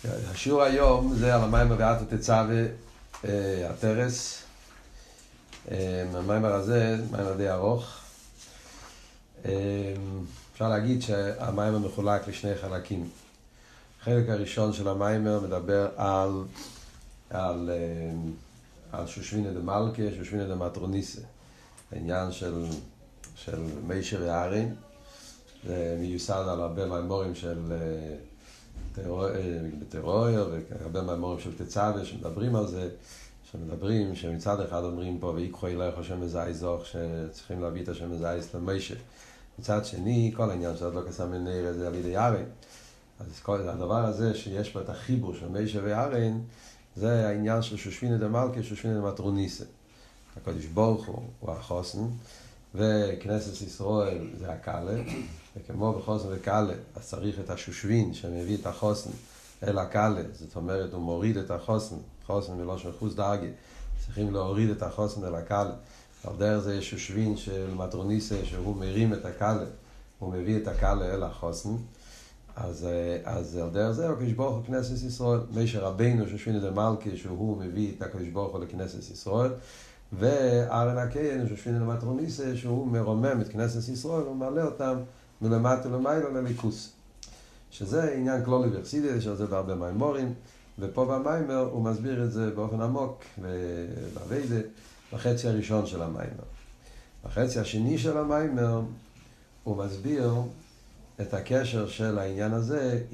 השיעור היום זה על המיימר ואתו תצווה הטרס. המיימר הזה מיימר די ארוך. אפשר להגיד שהמיימר מחולק לשני חלקים. החלק הראשון של המיימר מדבר על שושבינה דמלכה, שושבינה דמטרוניסה, העניין של מיישה ואהרן. זה מיוסד על הרבה מיימורים של בתיאוריה והרבה מהמורים של תצווה שמדברים על זה, שמצד אחד אומרים פה ויקחו אלייך השם מזעזוך, שצריכים להביא את השם מזעז למיישה. מצד שני, כל העניין של הדלוק הסמן נר זה על ידי אהרן. אז כל הדבר הזה שיש פה את החיבור של מיישה ואהרן, זה העניין של שושבינה דמלכה, שושבינה דמטרוניסה. הקדוש ברוך הוא החוסן, וכנסת ישראל זה הקלה, וכמו בחוסן וקלה, אז צריך את השושבין שמביא את החוסן אל הקלה, זאת אומרת הוא מוריד את החוסן, חוסן מלושן חוס דרגה, צריכים להוריד את החוסן אל הקלה. על דרך זה יש שושבין של מטרוניסה שהוא מרים את הקלה, הוא מביא את הקלה אל החוסן. אז על דרך זה הקדוש ברוך הוא כנסת ישראל, משה רבינו שושבינה דמלכה שהוא מביא את הקדוש ברוך הוא לכנסת ישראל, ואהרן הכהן שושבינה דמטרוניסה שהוא מרומם את כנסת ישראל ומעלה אותם מלמטה למעלה לליכוס, שזה עניין כללי וחסידי, יש על זה בהרבה מיימורים, ופה במיימר הוא מסביר את זה באופן עמוק ובעבודה בחצי הראשון של המיימר. בחצי השני של המיימר הוא מסביר את הקשר של העניין הזה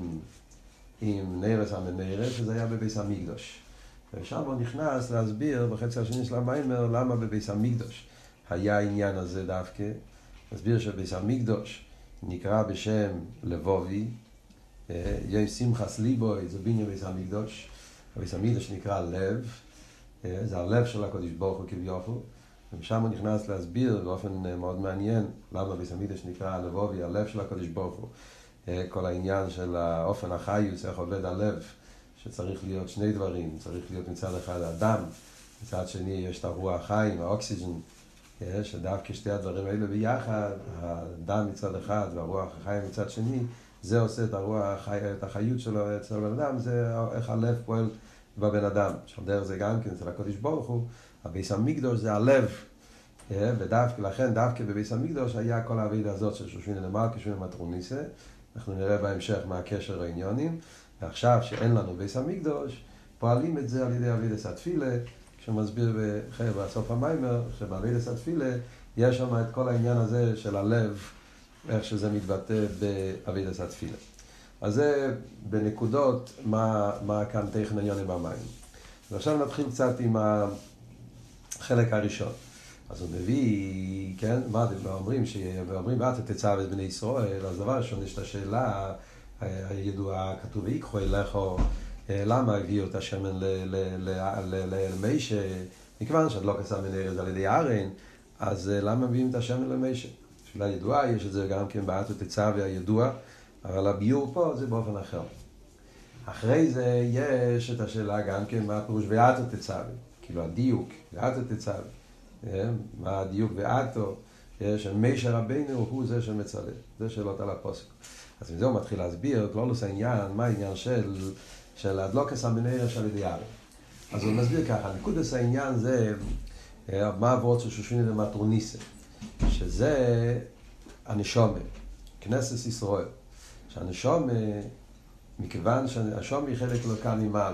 עם נרס המנרס, שזה היה בביס המקדוש. ושם הוא נכנס להסביר בחצי השני של המיימר למה בביס המקדוש היה העניין הזה דווקא. מסביר שביס המקדוש נקרא בשם לבובי, יש שמחס ליבוי, זה בניין ביס המקדוש. ביס המקדוש נקרא לב, זה הלב של הקדוש ברוך הוא כביכול, ושם הוא נכנס להסביר באופן מאוד מעניין למה ביס המקדוש נקרא לבובי, הלב של הקדוש ברוך הוא. כל העניין של האופן החיות, איך עובד הלב, שצריך להיות שני דברים, צריך להיות מצד אחד הדם, מצד שני יש את הרוח החיים, האוקסיג'ן, שדווקא שתי הדברים האלה ביחד, הדם מצד אחד והרוח החיים מצד שני, זה עושה את הרוח, את החיות שלו אצל הבן אדם, זה איך הלב פועל בבן אדם. שעל זה גם כן אצל הקדוש ברוך הוא, הביס המקדוש זה הלב, ודווקא לכן דווקא בביס המקדוש היה כל העבודה הזאת של שושבינה דמלכה, שושבינה דמטרוניסה. אנחנו נראה בהמשך מה הקשר העניונים, ועכשיו שאין לנו ביס המקדוש, פועלים את זה על ידי עבודת התפילה, שמסביר בסוף המיימר, שבעבודת התפילה יש שם את כל העניין הזה של הלב, איך שזה מתבטא בעבודת התפילה. אז זה בנקודות מה כאן טכני עניונים במים. ועכשיו נתחיל קצת עם החלק הראשון. אז הוא מביא, כן, מה אומרים, שאומרים ואתה תצווה את בני ישראל, אז דבר ראשון יש את השאלה הידועה, כתוב ויקחו אליך, למה הביאו את השמן למיישה? מכיוון שהדלוק הסמן נרס על ידי אהרן, אז למה מביאים את השמן למיישה? שאלה ידועה, יש את זה גם כן ואתה תצווה הידוע, אבל הביאור פה זה באופן אחר. אחרי זה יש את השאלה גם כן מה הפירוש ואתה תצווה, כאילו הדיוק, ואתה תצווה. מה הדיוק ואתו, שמיישה רבינו הוא זה שמצלם, זה שאלות על הפוסק. אז מזה הוא מתחיל להסביר, כלולוס העניין, מה העניין של הדלוק הסמן נרס על ידי אהרן. אז הוא מסביר ככה, נקודס העניין זה, מה עבוד של שושבינה דמטרוניסה, שזה הנשומה, כנסת ישראל, שהנשומה, מכיוון שהנשומה היא חלק לא כאן ממעל,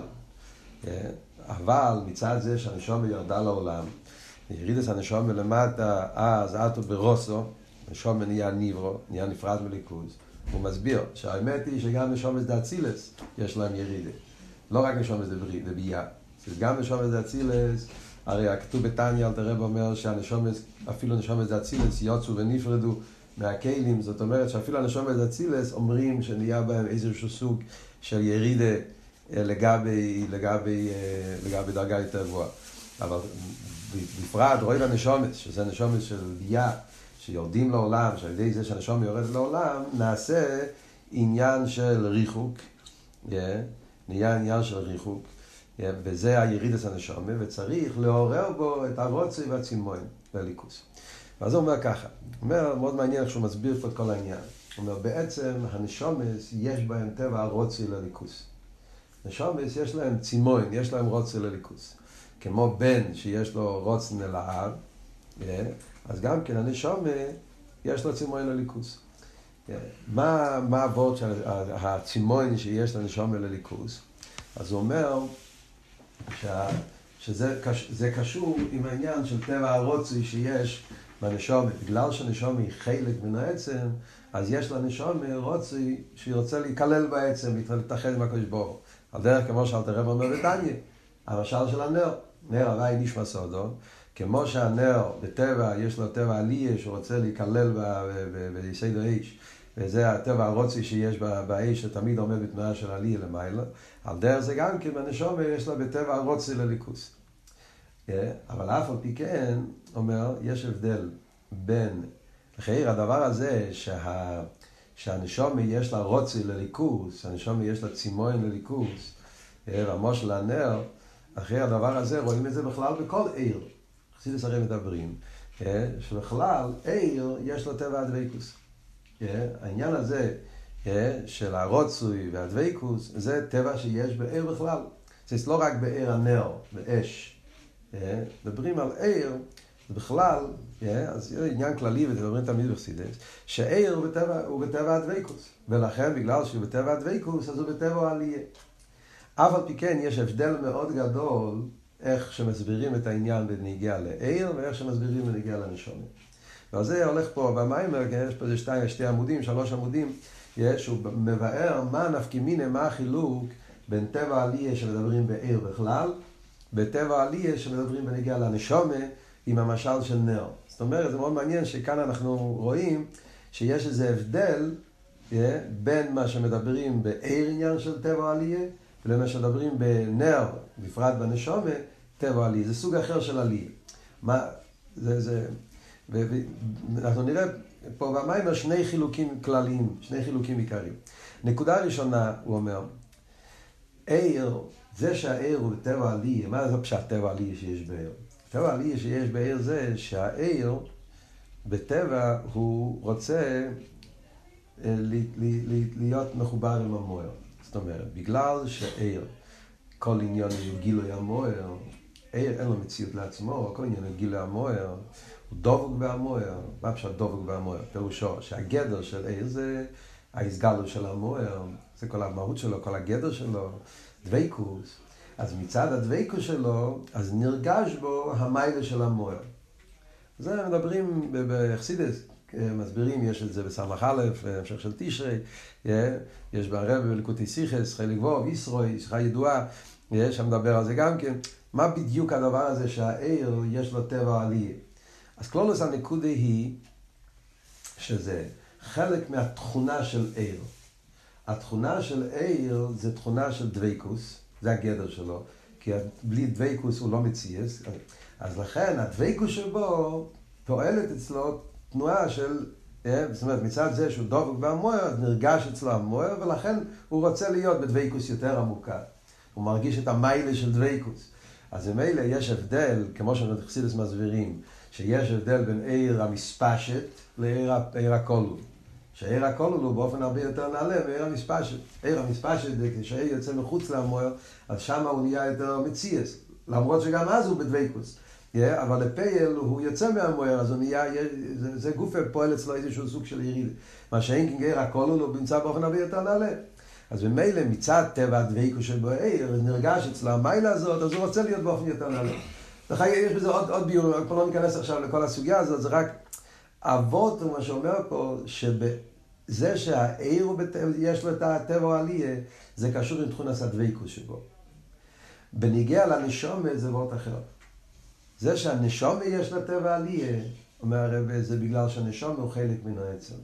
אבל מצד זה שהנשומה ירדה לעולם, ירידס הנשומה למטה, אז אתו ברוסו, הנשומה נהיה ניברו, נהיה נפרד מליכוז. הוא מסביר שהאמת היא שגם נשומת דאצילס יש להם ירידה. לא רק נשומת דבייה. גם נשומת דאצילס, הרי הכתוב בתניא אל תרב אומר שהנשומת, אפילו נשומת דאצילס יוצאו ונפרדו מהכלים. זאת אומרת שאפילו הנשומת דאצילס אומרים שנהיה בהם איזשהו סוג של ירידה לגבי דרגה יותר גבוהה. אבל בפרט רואים הנשומת, שזה נשומת של בייה, שיורדים לעולם, שעל ידי זה שהנשום יורד לעולם, נעשה עניין של ריחוק, נהיה עניין של ריחוק, וזה הירידס הנשום, וצריך לעורר בו את הרוצה והצימון והליכוס. ואז הוא אומר ככה, הוא אומר, מאוד מעניין איך שהוא מסביר פה את כל העניין. הוא אומר, בעצם הנשומס יש בהם טבע הרוצה לליכוס. נשומס יש להם צימון, יש להם רוצה לליכוס. כמו בן שיש לו רוצן אל האב, אז גם כן הנשומה יש לו צימון לליכוס. מה העבוד של הצימון שיש לנשומה לליכוס? אז הוא אומר שזה קשור עם העניין של טבע הרוצי שיש בנשומה. בגלל שהנשומה היא חלק מן העצם, אז יש לנשומה רוצי שהיא רוצה להיכלל בעצם, להתאחד עם הקדוש ברוך הוא. על דרך כמו שאלתר רב אומר בתניא, המשל של הנר, נר הווי נשמע סודו, כמו שהנר בטבע יש לו טבע עלייה שרוצה להיכלל ביסוד האש, וזה הטבע הרוצי שיש באש שתמיד עומד בתנועה של עלייה למעלה, על דרך זה גם כי בנשומה יש לה בטבע הרוצי לליכוס. אבל אף על פי כן, אומר, יש הבדל בין, אחרי הדבר הזה שהנשומה יש לה רוצי לליכוס, הנשומה יש לה צימון לליכוס, והמושל הנר, אחרי הדבר הזה רואים את זה בכלל בכל עיר. חסידות הרי מדברים, שבכלל עיר יש לו טבע הדבקוס. העניין הזה של הרוצוי והדבקוס, זה טבע שיש בעיר בכלל. זה לא רק בעיר הנר, באש. מדברים על עיר, בכלל, אז זה עניין כללי ודברים תמיד בחסידות, שעיר הוא בטבע הדבקוס. ולכן בגלל שהוא בטבע הדבקוס, אז הוא בטבע העלייה. אף על פי כן יש הבדל מאוד גדול איך שמסבירים את העניין בנגיעה לעיר ואיך שמסבירים בנגיעה לנשומה. ועל זה הולך פה במיימר, יש פה שתי עמודים, 3 עמודים, שהוא מבאר מה נפקא מינה, מה החילוק בין טבע עלייה שמדברים בעיר בכלל, בטבע עלייה שמדברים בנגיעה לנשומה עם המשל של נר. זאת אומרת, זה מאוד מעניין שכאן אנחנו רואים שיש איזה הבדל בין מה שמדברים בעיר עניין של טבע עלייה, ולמה שמדברים בנר, בפרט בנשומה, טבע עלייה. זה סוג אחר של עלייה. אנחנו נראה פה במיימר 2 חילוקים כלליים, 2 חילוקים עיקריים. נקודה ראשונה, הוא אומר, עיר, זה שהעיר הוא בטבע עלייה, מה זה פשט טבע עלייה שיש בעיר? טבע עלייה שיש בעיר זה שהעיר בטבע הוא רוצה להיות מחובר עם המוער. זאת אומרת, בגלל שעיר, כל עניין הוא גילוי המוער, עיר אין לו מציאות לעצמו, כל עניין הוא גילוי המוער, הוא דבוק בהמוער. מה פשוט דבוק בהמוער? פירושו שהגדר של עיר זה ההסגלות של המוער, זה כל המהות שלו, כל הגדר שלו, דבקוס. אז מצד הדבקוס שלו, אז נרגש בו המיילה של המוער. זה מדברים בחסידות, מסבירים, יש את זה בסמך א', המשך של תשרי, יש ברב בליקוטי סיכס, חלק ווב, ישרוי, שיחה ידועה, שם מדבר על זה גם כן. מה בדיוק הדבר הזה שהעיר יש לו טבע עלייה? אז כלולוס הנקודה היא שזה חלק מהתכונה של עיר. התכונה של עיר זה תכונה של דבקוס, זה הגדר שלו, כי בלי דבקוס הוא לא מציאס, אז לכן הדבקוס שבו פועלת אצלו תנועה של, זאת אומרת, מצד זה שהוא דבוק במוער, אז נרגש אצלו המוער, ולכן הוא רוצה להיות בדבקוס יותר עמוקה. הוא מרגיש את המיילה של דבקוס. אז במילא יש הבדל, כמו שחסידות מסבירים, שיש הבדל בין עיר המספשת לעיר הכלול. שעיר הכלול הוא באופן הרבה יותר נעלה מעיר המספשת. עיר המספשת, כשעיר יוצא מחוץ למוער, אז שם הוא נהיה יותר מציאס. למרות שגם אז הוא בדבקוס. אבל לפייל הוא יוצא מהמוער, אז הוא נהיה, זה גוף פועל אצלו איזשהו סוג של יריד. מה שאין כעיר הכלול הוא נמצא באופן הרבה יותר נעלה. אז במילא מצד טבע הדבקוס שבעיר, נרגש אצלו המיילה הזאת, אז הוא רוצה להיות באופן יותר נעלה. יש בזה עוד ביור, פה לא ניכנס עכשיו לכל הסוגיה הזאת, זה רק אבות, מה שאומר פה, שבזה שהעיר יש לו את הטבע העלייה, זה קשור עם תכונת הדבקוס שבו. בניגיע לנשומה זה מאוד אחר. זה שהנשומה יש לה טבע עלייה, אומר הרב, זה בגלל שהנשומה הוא חלק מן העצם.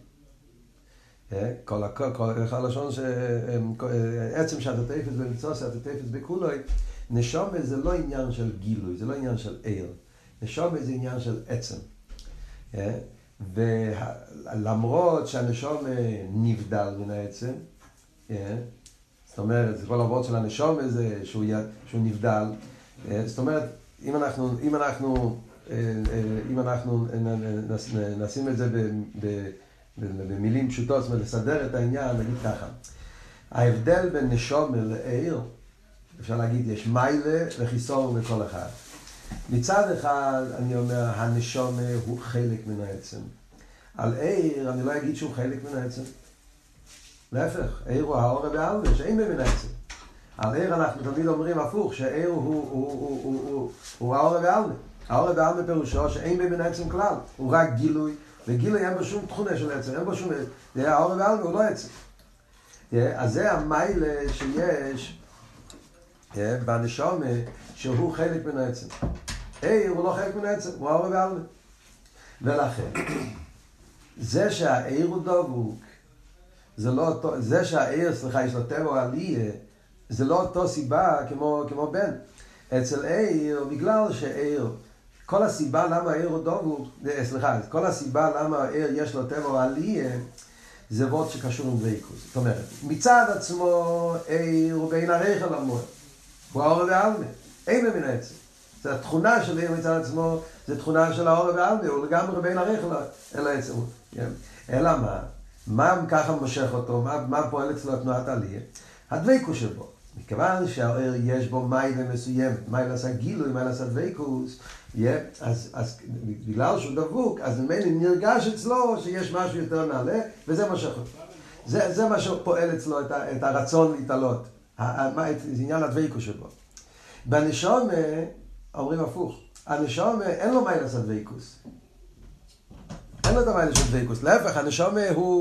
כל הלשון שעצם שאת התפס במצוא, שאת התפס בכולוי, נשומה זה לא עניין של גילוי, זה לא עניין של עיר. נשומה זה עניין של עצם. ולמרות שהנשומה נבדל מן העצם, זאת אומרת, כל העבוד של הנשומה זה שהוא נבדל, זאת אומרת, אם אנחנו נשים את זה במילים פשוטות, זאת אומרת, לסדר את העניין, נגיד ככה. ההבדל בין נשומה לעיר, אפשר להגיד, יש מיילה וחיסור בכל אחד. מצד אחד, אני אומר, הנשום הוא חלק מן העצם. על עיר, אני לא אגיד שהוא חלק מן העצם. להפך, עיר הוא האור והעלמה, שאין מן העצם. על עיר אנחנו תמיד אומרים הפוך, שעיר הוא האור והעלמה. האור והעלמה פירושו שאין מן העצם כלל. הוא רק גילוי, וגילוי אין בו שום תכונה של עצם, אין בו שום... האור והעלמה הוא לא עצם. אז זה המיילה שיש בנשום שהוא חלק מן העצם. עיר הוא לא חלק מן העצם, הוא האור והעלמה. ולכן, זה שהעיר הוא דבוק, זה שהעיר, יש לו טבע עלייה, זה לא אותו סיבה כמו בן. אצל עיר, בגלל שעיר, כל הסיבה למה העיר הוא דבוק, כל הסיבה למה העיר יש לו טבע עלייה, זה ווד שקשור עם דבקות. זאת אומרת, מצד עצמו, עיר הוא בין הרייכל למוער. הוא האור והעלמה, אין מן העצם. זה התכונה של עיר מצד עצמו, זה תכונה של האור והעלמה, הוא לגמרי בין הרייכל אל העצם. אלא מה? מה ככה מושך אותו? מה פועל אצלו תנועת עלייה? הדבקות שבו. מכיוון שהעיר יש בו מיילה מסוימת, מיילה עשה גילוי, מיילה עשה דבקות, אז בגלל שהוא דבוק, אז ממילא נרגש אצלו שיש משהו יותר נעלה, וזה מושך אותו. זה מה שפועל אצלו את הרצון להתעלות. זה עניין הדבקות שבו. בנשום אומרים הפוך. הנשום אין לו מיילה עשה דבקות. אין לו את המיילה של דבקות. להפך, הנשום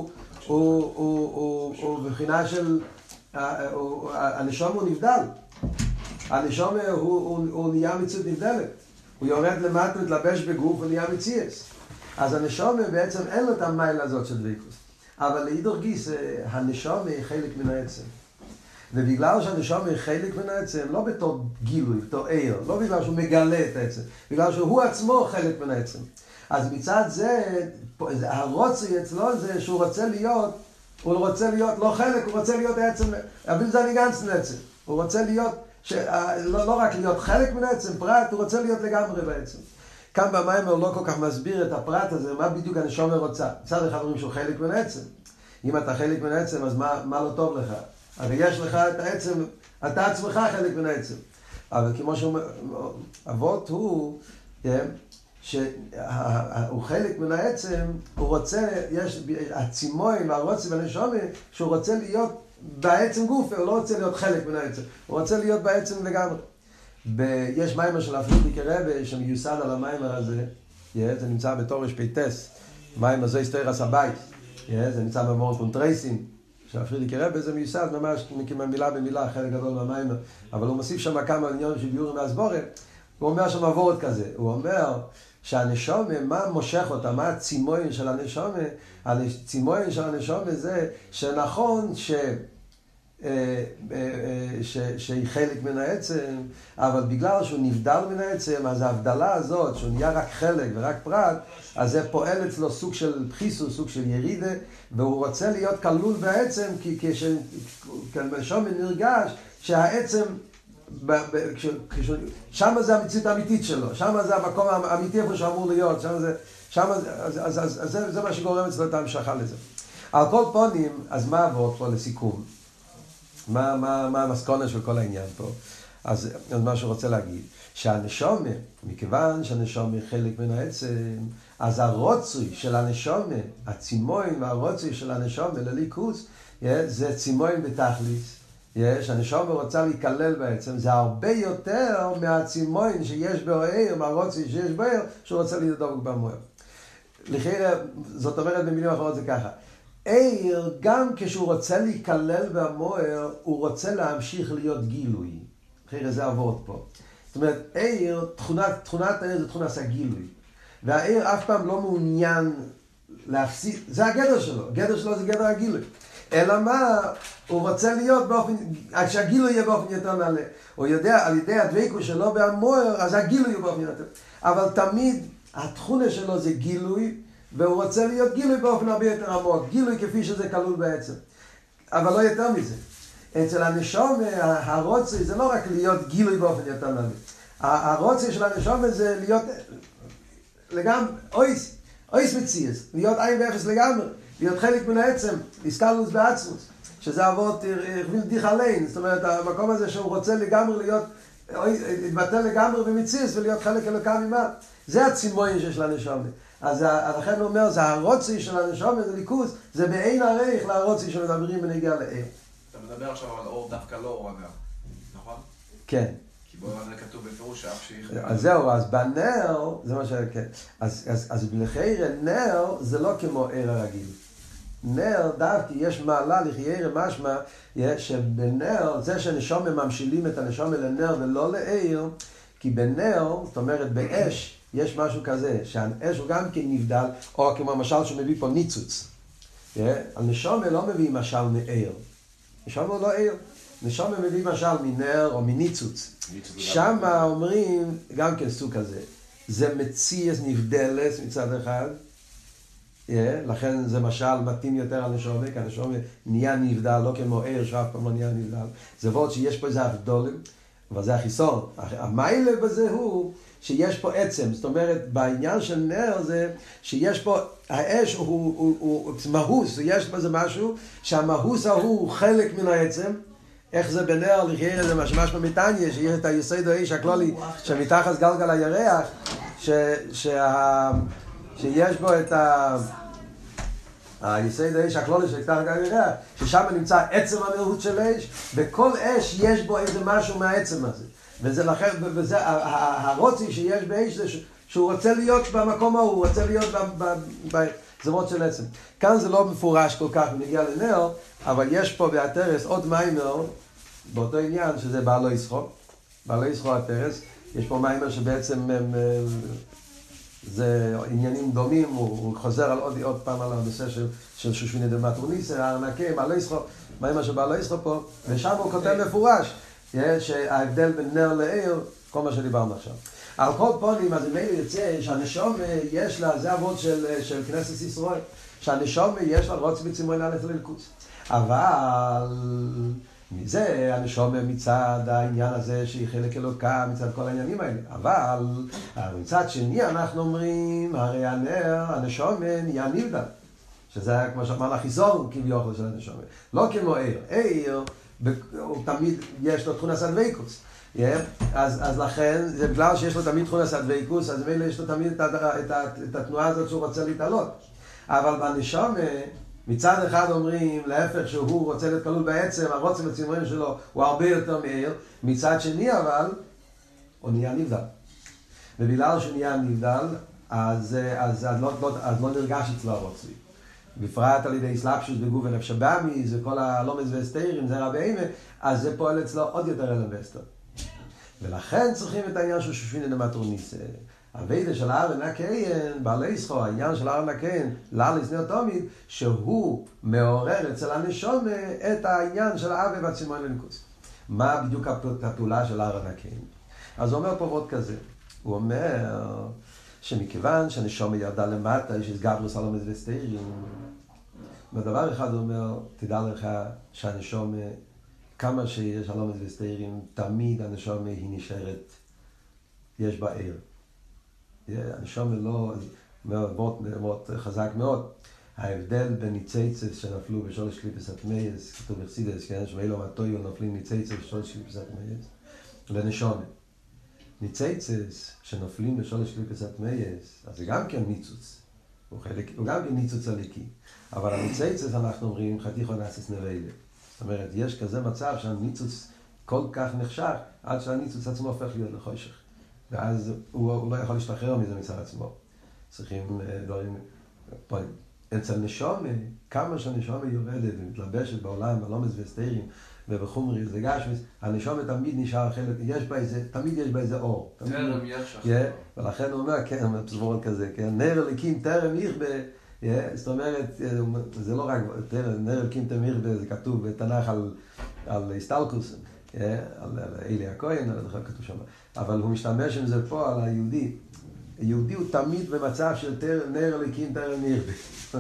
הוא בבחינה של... הנשום הוא נבדל. הנשום הוא נהיה מציאות נבדלת. הוא יורד למטה, מתלבש בגוף ונהיה מציאס. אז הנשום בעצם אין לו את המיילה הזאת של דבקות. אבל להידור גיס, הנשום היא חלק מן העצם. ובגלל שהנשום היא חלק מן העצם, לא בתור גילוי, בתור עיר, לא בגלל שהוא מגלה את העצם, בגלל שהוא עצמו חלק מן העצם. אז מצד זה, הרוצי אצלו זה שהוא רוצה להיות, הוא רוצה להיות לא חלק, הוא רוצה להיות העצם, אבל זה אני גנץ לעצם. הוא רוצה להיות, לא רק להיות חלק מן העצם, פרט, הוא רוצה להיות לגמרי בעצם. כאן במיימר לא כל כך מסביר את הפרט הזה, מה בדיוק הנשום רוצה. מצד אחד אומרים שהוא חלק מן העצם. אם אתה חלק מן העצם, אז מה לא טוב לך? הרי יש לך את העצם, אתה עצמך חלק מן העצם. אבל כמו שהוא, אבות הוא, שהוא חלק מן העצם, הוא רוצה, יש הצימוי והרוצי והנשומי, שהוא רוצה להיות בעצם גוף, הוא לא רוצה להיות חלק מן העצם, הוא רוצה להיות בעצם לגמרי. יש מיימר של הפרידיקי רבי שמיוסד על המיימר הזה, זה נמצא בתור רשפייטס, מיימר זה היסטוריה הבית, זה נמצא במורט קונטרייסים, של הפרידיקי רבי זה מיוסד ממש מילה במילה, חלק גדול מהמיימר, אבל הוא מוסיף שם כמה עניינים של ביורים והסבורת, הוא אומר שם עבורת כזה, הוא אומר שהנשום, מה מושך אותה, מה הצימוין של הנשום, הצימוין של הנשום זה שנכון שהיא חלק מן העצם, אבל בגלל שהוא נבדל מן העצם, אז ההבדלה הזאת, שהוא נהיה רק חלק ורק פרט, אז זה פועל אצלו סוג של בחיסו, סוג של ירידה, והוא רוצה להיות כלול בעצם, כי כשנשום נרגש שהעצם, שם זה המציאות האמיתית שלו, שם זה המקום האמיתי איפה שאמור להיות, זה מה שגורם אצלו את ההמשכה לזה. על כל פונים, אז מה עבור פה לסיכום? מה המסקונה של כל העניין פה? אז מה שרוצה להגיד, שהנשום, מכיוון שהנשום היא חלק מן העצם, אז הרוצוי של הנשום, הצימוין והרוצוי של הנשום לליכוס, זה צימוין בתכליס. שהנשום רוצה להיכלל בעצם, זה הרבה יותר מהצימוין שיש בעיר, מהרוצי שיש בעיר, שהוא רוצה להידבק במוער. לכן, זאת אומרת במילים אחרות זה ככה, עיר, גם כשהוא רוצה להיכלל במוער, הוא רוצה להמשיך להיות גילוי. לכן זה עבוד פה. זאת אומרת, עיר, תכונת העיר זה תכונת הגילוי. והעיר אף פעם לא מעוניין להפסיק, זה הגדר שלו, הגדר שלו זה גדר הגילוי. אלא מה? הוא רוצה להיות באופן, שהגילוי יהיה באופן יותר נעלה. הוא יודע, על ידי הדבקות שלו במוער, אז הגילוי יהיה באופן יותר. אבל תמיד התכונה שלו זה גילוי, והוא רוצה להיות גילוי באופן הרבה יותר עמוק. גילוי כפי שזה כלול בעצם. אבל לא יותר מזה. אצל הנשום, הרוצי זה לא רק להיות גילוי באופן יותר נעלה. הרוצי של הנשום זה להיות לגמרי, אויס מציאס, להיות עין ואפס לגמרי. להיות חלק מן העצם, להסקלוס בעצמוס. שזה אבות דיחליין, זאת אומרת, המקום הזה שהוא רוצה לגמרי להיות, להתבטא לגמרי במציאות ולהיות חלק אלוקם ממעל. זה הצימוין שיש לנשמה. אז לכן הוא אומר, זה הרוצי של הנשמה, זה ליכוז, זה בעין הרייך להרוצי שמדברים בנגיע לעיר. אתה מדבר עכשיו על אור, דווקא לא אור אגב, נכון? כן. כי בו כתוב בפירוש שאף שיח... אז זהו, אז בנר, זה מה כן. אז בלחיר נר זה לא כמו עיר הרגיל. נר דווקא יש מעלה לחיירה משמע שבנר, זה שנשום ממשילים את הנשום לנר ולא לעיר, כי בנר, זאת אומרת באש, יש משהו כזה, שהאש הוא גם כן נבדל, או כמו משל שמביא פה ניצוץ. הנשום לא מביא משל מעיר. נשום הוא לא עיר. נשום מביא משל מנר או מניצוץ. שם אומרים גם כן סוג כזה. זה מציאס נבדלס מצד אחד, לכן זה משל מתאים יותר על נשום, כי הנשום נהיה נבדל, לא כמו עיר שאף פעם לא נהיה נבדל. זה ועוד שיש פה איזה הבדולים, אבל זה החיסון. המיילה בזה הוא שיש פה עצם, זאת אומרת בעניין של נר זה שיש פה, האש הוא מהוס, יש בזה משהו שהמהוס הוא חלק מן העצם. איך זה בנר לחיירה זה משמש במיתניה, שיש את היסוד האש הכלולי שמתחת גלגל הירח, שיש בו את היסוד האש הכלולי שמתחת גלגל הירח, ששם נמצא עצם המהות של אש, וכל אש יש בו איזה משהו מהעצם הזה. וזה הרוצי שיש באש זה שהוא רוצה להיות במקום ההוא, הוא רוצה להיות בזמות של עצם. כאן זה לא מפורש כל כך בנגיע לנר, אבל יש פה בהתרס עוד מיימר באותו עניין שזה בעלו ישחו. בעלו ישחו התרס, יש פה מיימר שבעצם זה עניינים דומים, הוא חוזר על עוד פעם על הנושא של שושביני דמטרוניסר, הארנקה, בעלו ישחו, מיימר שבעלו ישחו פה, ושם הוא כותב מפורש שההבדל בין נר לעיר, כל מה שדיברנו עכשיו. על כל פונים, אז אם יוצא שהנשום יש לה, זה עבוד של כנסת ישראל, שהנשום יש לה רוצ בצימון א' ללכוס. אבל מזה הנשום מצד העניין הזה שהיא חלק אלוקה, מצד כל העניינים האלה. אבל מצד שני אנחנו אומרים, הרי הנר, הנשום נהיה נבדל. שזה כמו שאמרנו החיסון כביכול של הנשום. לא כמו עיר. עיר, הוא תמיד יש לו תכונת הדבקות. אז לכן, זה בגלל שיש לו תמיד תכונת הדבקות, אז מילא יש לו תמיד את התנועה הזאת שהוא רוצה להתעלות. אבל בנשום, מצד אחד אומרים, להפך שהוא רוצה להיות כלול בעצם, הרוצם הצימורים שלו הוא הרבה יותר מעיר, מצד שני אבל, הוא נהיה נבדל. ובגלל שהוא נהיה נבדל, אז לא נרגש אצלו הרוצי. בפרט על ידי סלאפשוס בגוף ונפש הבאמי, זה כל הלומס והסתירים, זה רבי אימה, אז זה פועל אצלו עוד יותר אלמסטר. ולכן צריכים את העניין של שושביני דמטרוניסר. הווידה של הארן הקיין, בעלי ישחו, העניין של הארן הקיין, לאלס נר תמיד, שהוא מעורר אצל הנשום את העניין של האווה והצימון לנקוס. מה בדיוק הפעולה של הארן הקיין? אז הוא אומר פה עוד כזה, הוא אומר שמכיוון שהנשום ירדה למטה, יש גברוס הלומס והסתירים, בדבר אחד הוא אומר, תדע לך שהנשום, כמה שיש הלומס והסתירים, תמיד הנשום היא נשארת, יש בה עיר. הנשום לא, מאוד חזק מאוד. ההבדל בין ניצייצס שנפלו בשורש קליפס הטמייס, כתוב בחסידס, שמאילו מטויו נופלים ניצייצס בשורש קליפס הטמייס, לנשום. ניצייצס שנופלים בשורש קליפס הטמייס, אז זה גם כן ניצוץ. הוא גם כן ניצוץ הליקי. אבל הניצייצס אנחנו אומרים חתיכו נאסיס נביילה. זאת אומרת, יש כזה מצב שהניצוץ כל כך נחשך, עד שהניצוץ עצמו הופך להיות לחושך. ואז הוא לא יכול להשתחרר מזה מצד עצמו. צריכים דברים... אצל נשום, כמה שהנשום יורדת ומתלבשת בעולם, הלומס והסתירים ובחומרי, זה גשמיס, הנשום תמיד נשאר חלק, תמיד יש בה איזה אור. טרם יחשך. ולכן הוא אומר, כן, פסבורות כזה, נר אליקים טרם יכבה, זאת אומרת, זה לא רק, נר אליקים טרם יכבה, זה כתוב בתנ"ך על הסטלקוס, על אלי הכהן, כתוב שם. אבל הוא משתמש עם זה פה על היהודי. היהודי הוא תמיד במצב של נר אליקים טרם יכבה.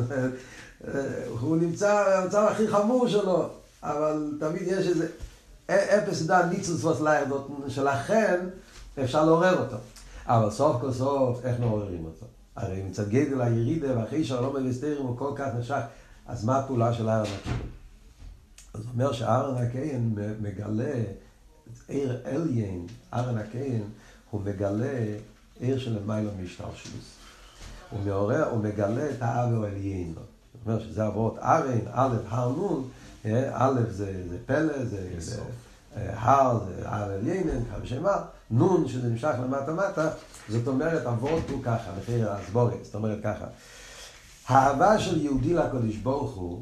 הוא נמצא במצב הכי חמור שלו, אבל תמיד יש איזה אפס דעת ניצוץ וסליירדות, שלכן אפשר לעורר אותו. אבל סוף כל סוף, איך מעוררים אותו? הרי מצד גדל הירידה ואחרי שהלומד והסתירים הוא כל כך נשך, אז מה הפעולה של הארן הקיין? אז הוא אומר שארן הקיין מגלה עיר עליין, ארן הקיין הוא מגלה עיר של מיילו משתלשלוס. הוא מעורר, הוא מגלה את האב העליין. זאת אומרת שזה עבורת ארן, א', הר נון, א' זה פלא, זה הר, זה הר עליין, ככה בשמה, נון שזה נמשך למטה מטה, זאת אומרת עבורת הוא ככה, לפי הסבורת, זאת אומרת ככה. האהבה של יהודי לקדוש ברוך הוא,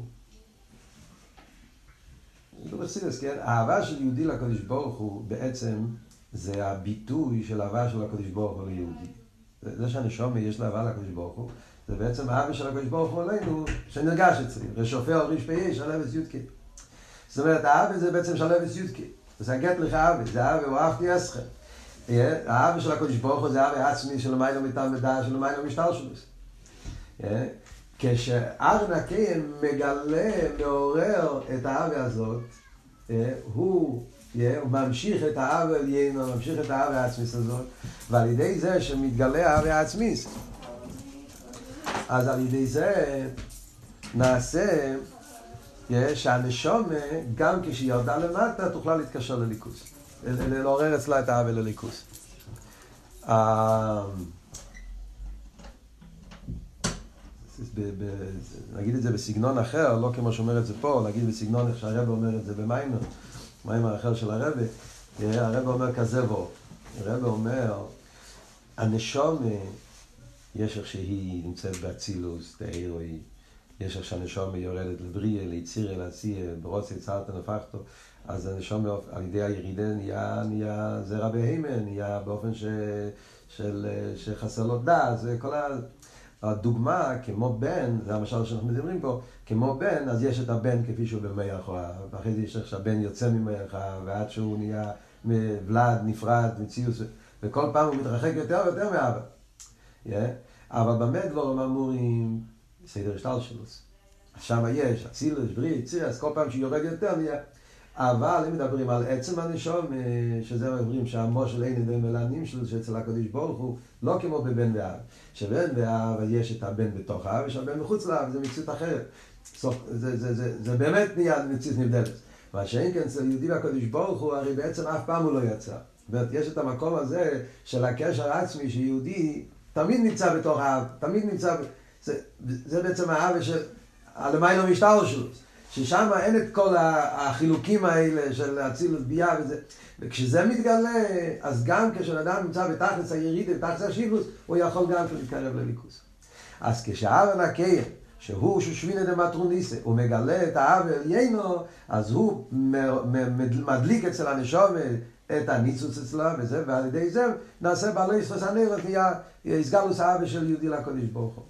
לא בחסידות, כן? האהבה של יהודי לקדוש ברוך הוא בעצם זה הביטוי של האהבה של הקדוש ברוך הוא ליהודי. זה שהנשמה יש לה אהבה לקדוש ברוך הוא, זה בעצם האהבה של הקדוש ברוך הוא עלינו שנרגש אצלי. רשופע על ריש פיה, שלבס יודקה. זאת אומרת, האהבה זה בעצם שלבס יודקה. זה הגט לך אהבה, זה אהבה ואהבתי אסכם. האהבה של הקדוש ברוך הוא זה אהבה עצמי של מיילו מטעם ודעה של מיילו משתלשלוס. כשארן הקיין מגלה, מעורר את האהבה הזאת, הוא ממשיך את האהבה עליינו, ממשיך את האהבה העצמית הזאת, ועל ידי זה שמתגלה האהבה העצמית, אז על ידי זה נעשה שהנשמה, גם כשהיא ירדה למטה, תוכל להתקשר לליכוס, לעורר אצלה את האהבה לליכוס. נגיד את זה בסגנון אחר, לא כמו שאומר את זה פה, נגיד בסגנון איך שהרבא אומר את זה במיימר, מיימר אחר של הרבא, הרבא אומר כזה בו, הרבא אומר, הנשמה, יש איך שהיא נמצאת באצילוס, תאירוי, יש איך שהנשמה יורדת לבריא, ליצירה, לעשייה, ברוצה יצרת נפחתו, אז הנשמה על ידי הירידה נהיה זרע בהימן, נהיה באופן שחסר לו דעת, זה כל הדוגמה, כמו בן, זה המשל שאנחנו מדברים פה, כמו בן, אז יש את הבן כפי שהוא במח, ואחרי זה יש איך שהבן יוצא ממח, ועד שהוא נהיה ולד, נפרד, מציוס, וכל פעם הוא מתרחק יותר ויותר מאבא. אבל במה דבורים אמורים סדר השתלשלוס. אז שם יש, אצילוס, בריא, ציר, אז כל פעם שיורד יותר נהיה. אבל אם מדברים על עצם הנשום, שזה אומרים שהמושל אין ידי מלנים שלו, שאצל הקדוש ברוך הוא, לא כמו בבן ואב. שבן ואב יש את הבן בתוך האב, יש הבן מחוץ לאב, זה מציאות אחרת. זה באמת נהיה מציאות נבדלת. מה שאין כן, אצל יהודי והקדוש ברוך הוא, הרי בעצם אף פעם הוא לא יצא. זאת אומרת, יש את המקום הזה של הקשר העצמי שיהודי תמיד נמצא בתוך האב, תמיד נמצא, זה בעצם האב של הלמיילו משתלשלוס. ששם אין את כל החילוקים האלה של אצילות ביאה וזה. וכשזה מתגלה, אז גם כשאדם נמצא בתכלס הירידה, בתכלס השיבוס, הוא יכול גם להתקרב לליכוס. אז כשארן הקיין, שהוא שושבינה דמטרוניסה, הוא מגלה את האב עליינו, אז הוא מדליק אצל הנשמה את הניצוץ אצלה, וזה, ועל ידי זה נעשה בעלי ישחס הנראות, יסגלוס האב של יהודי לקודש ברוך הוא.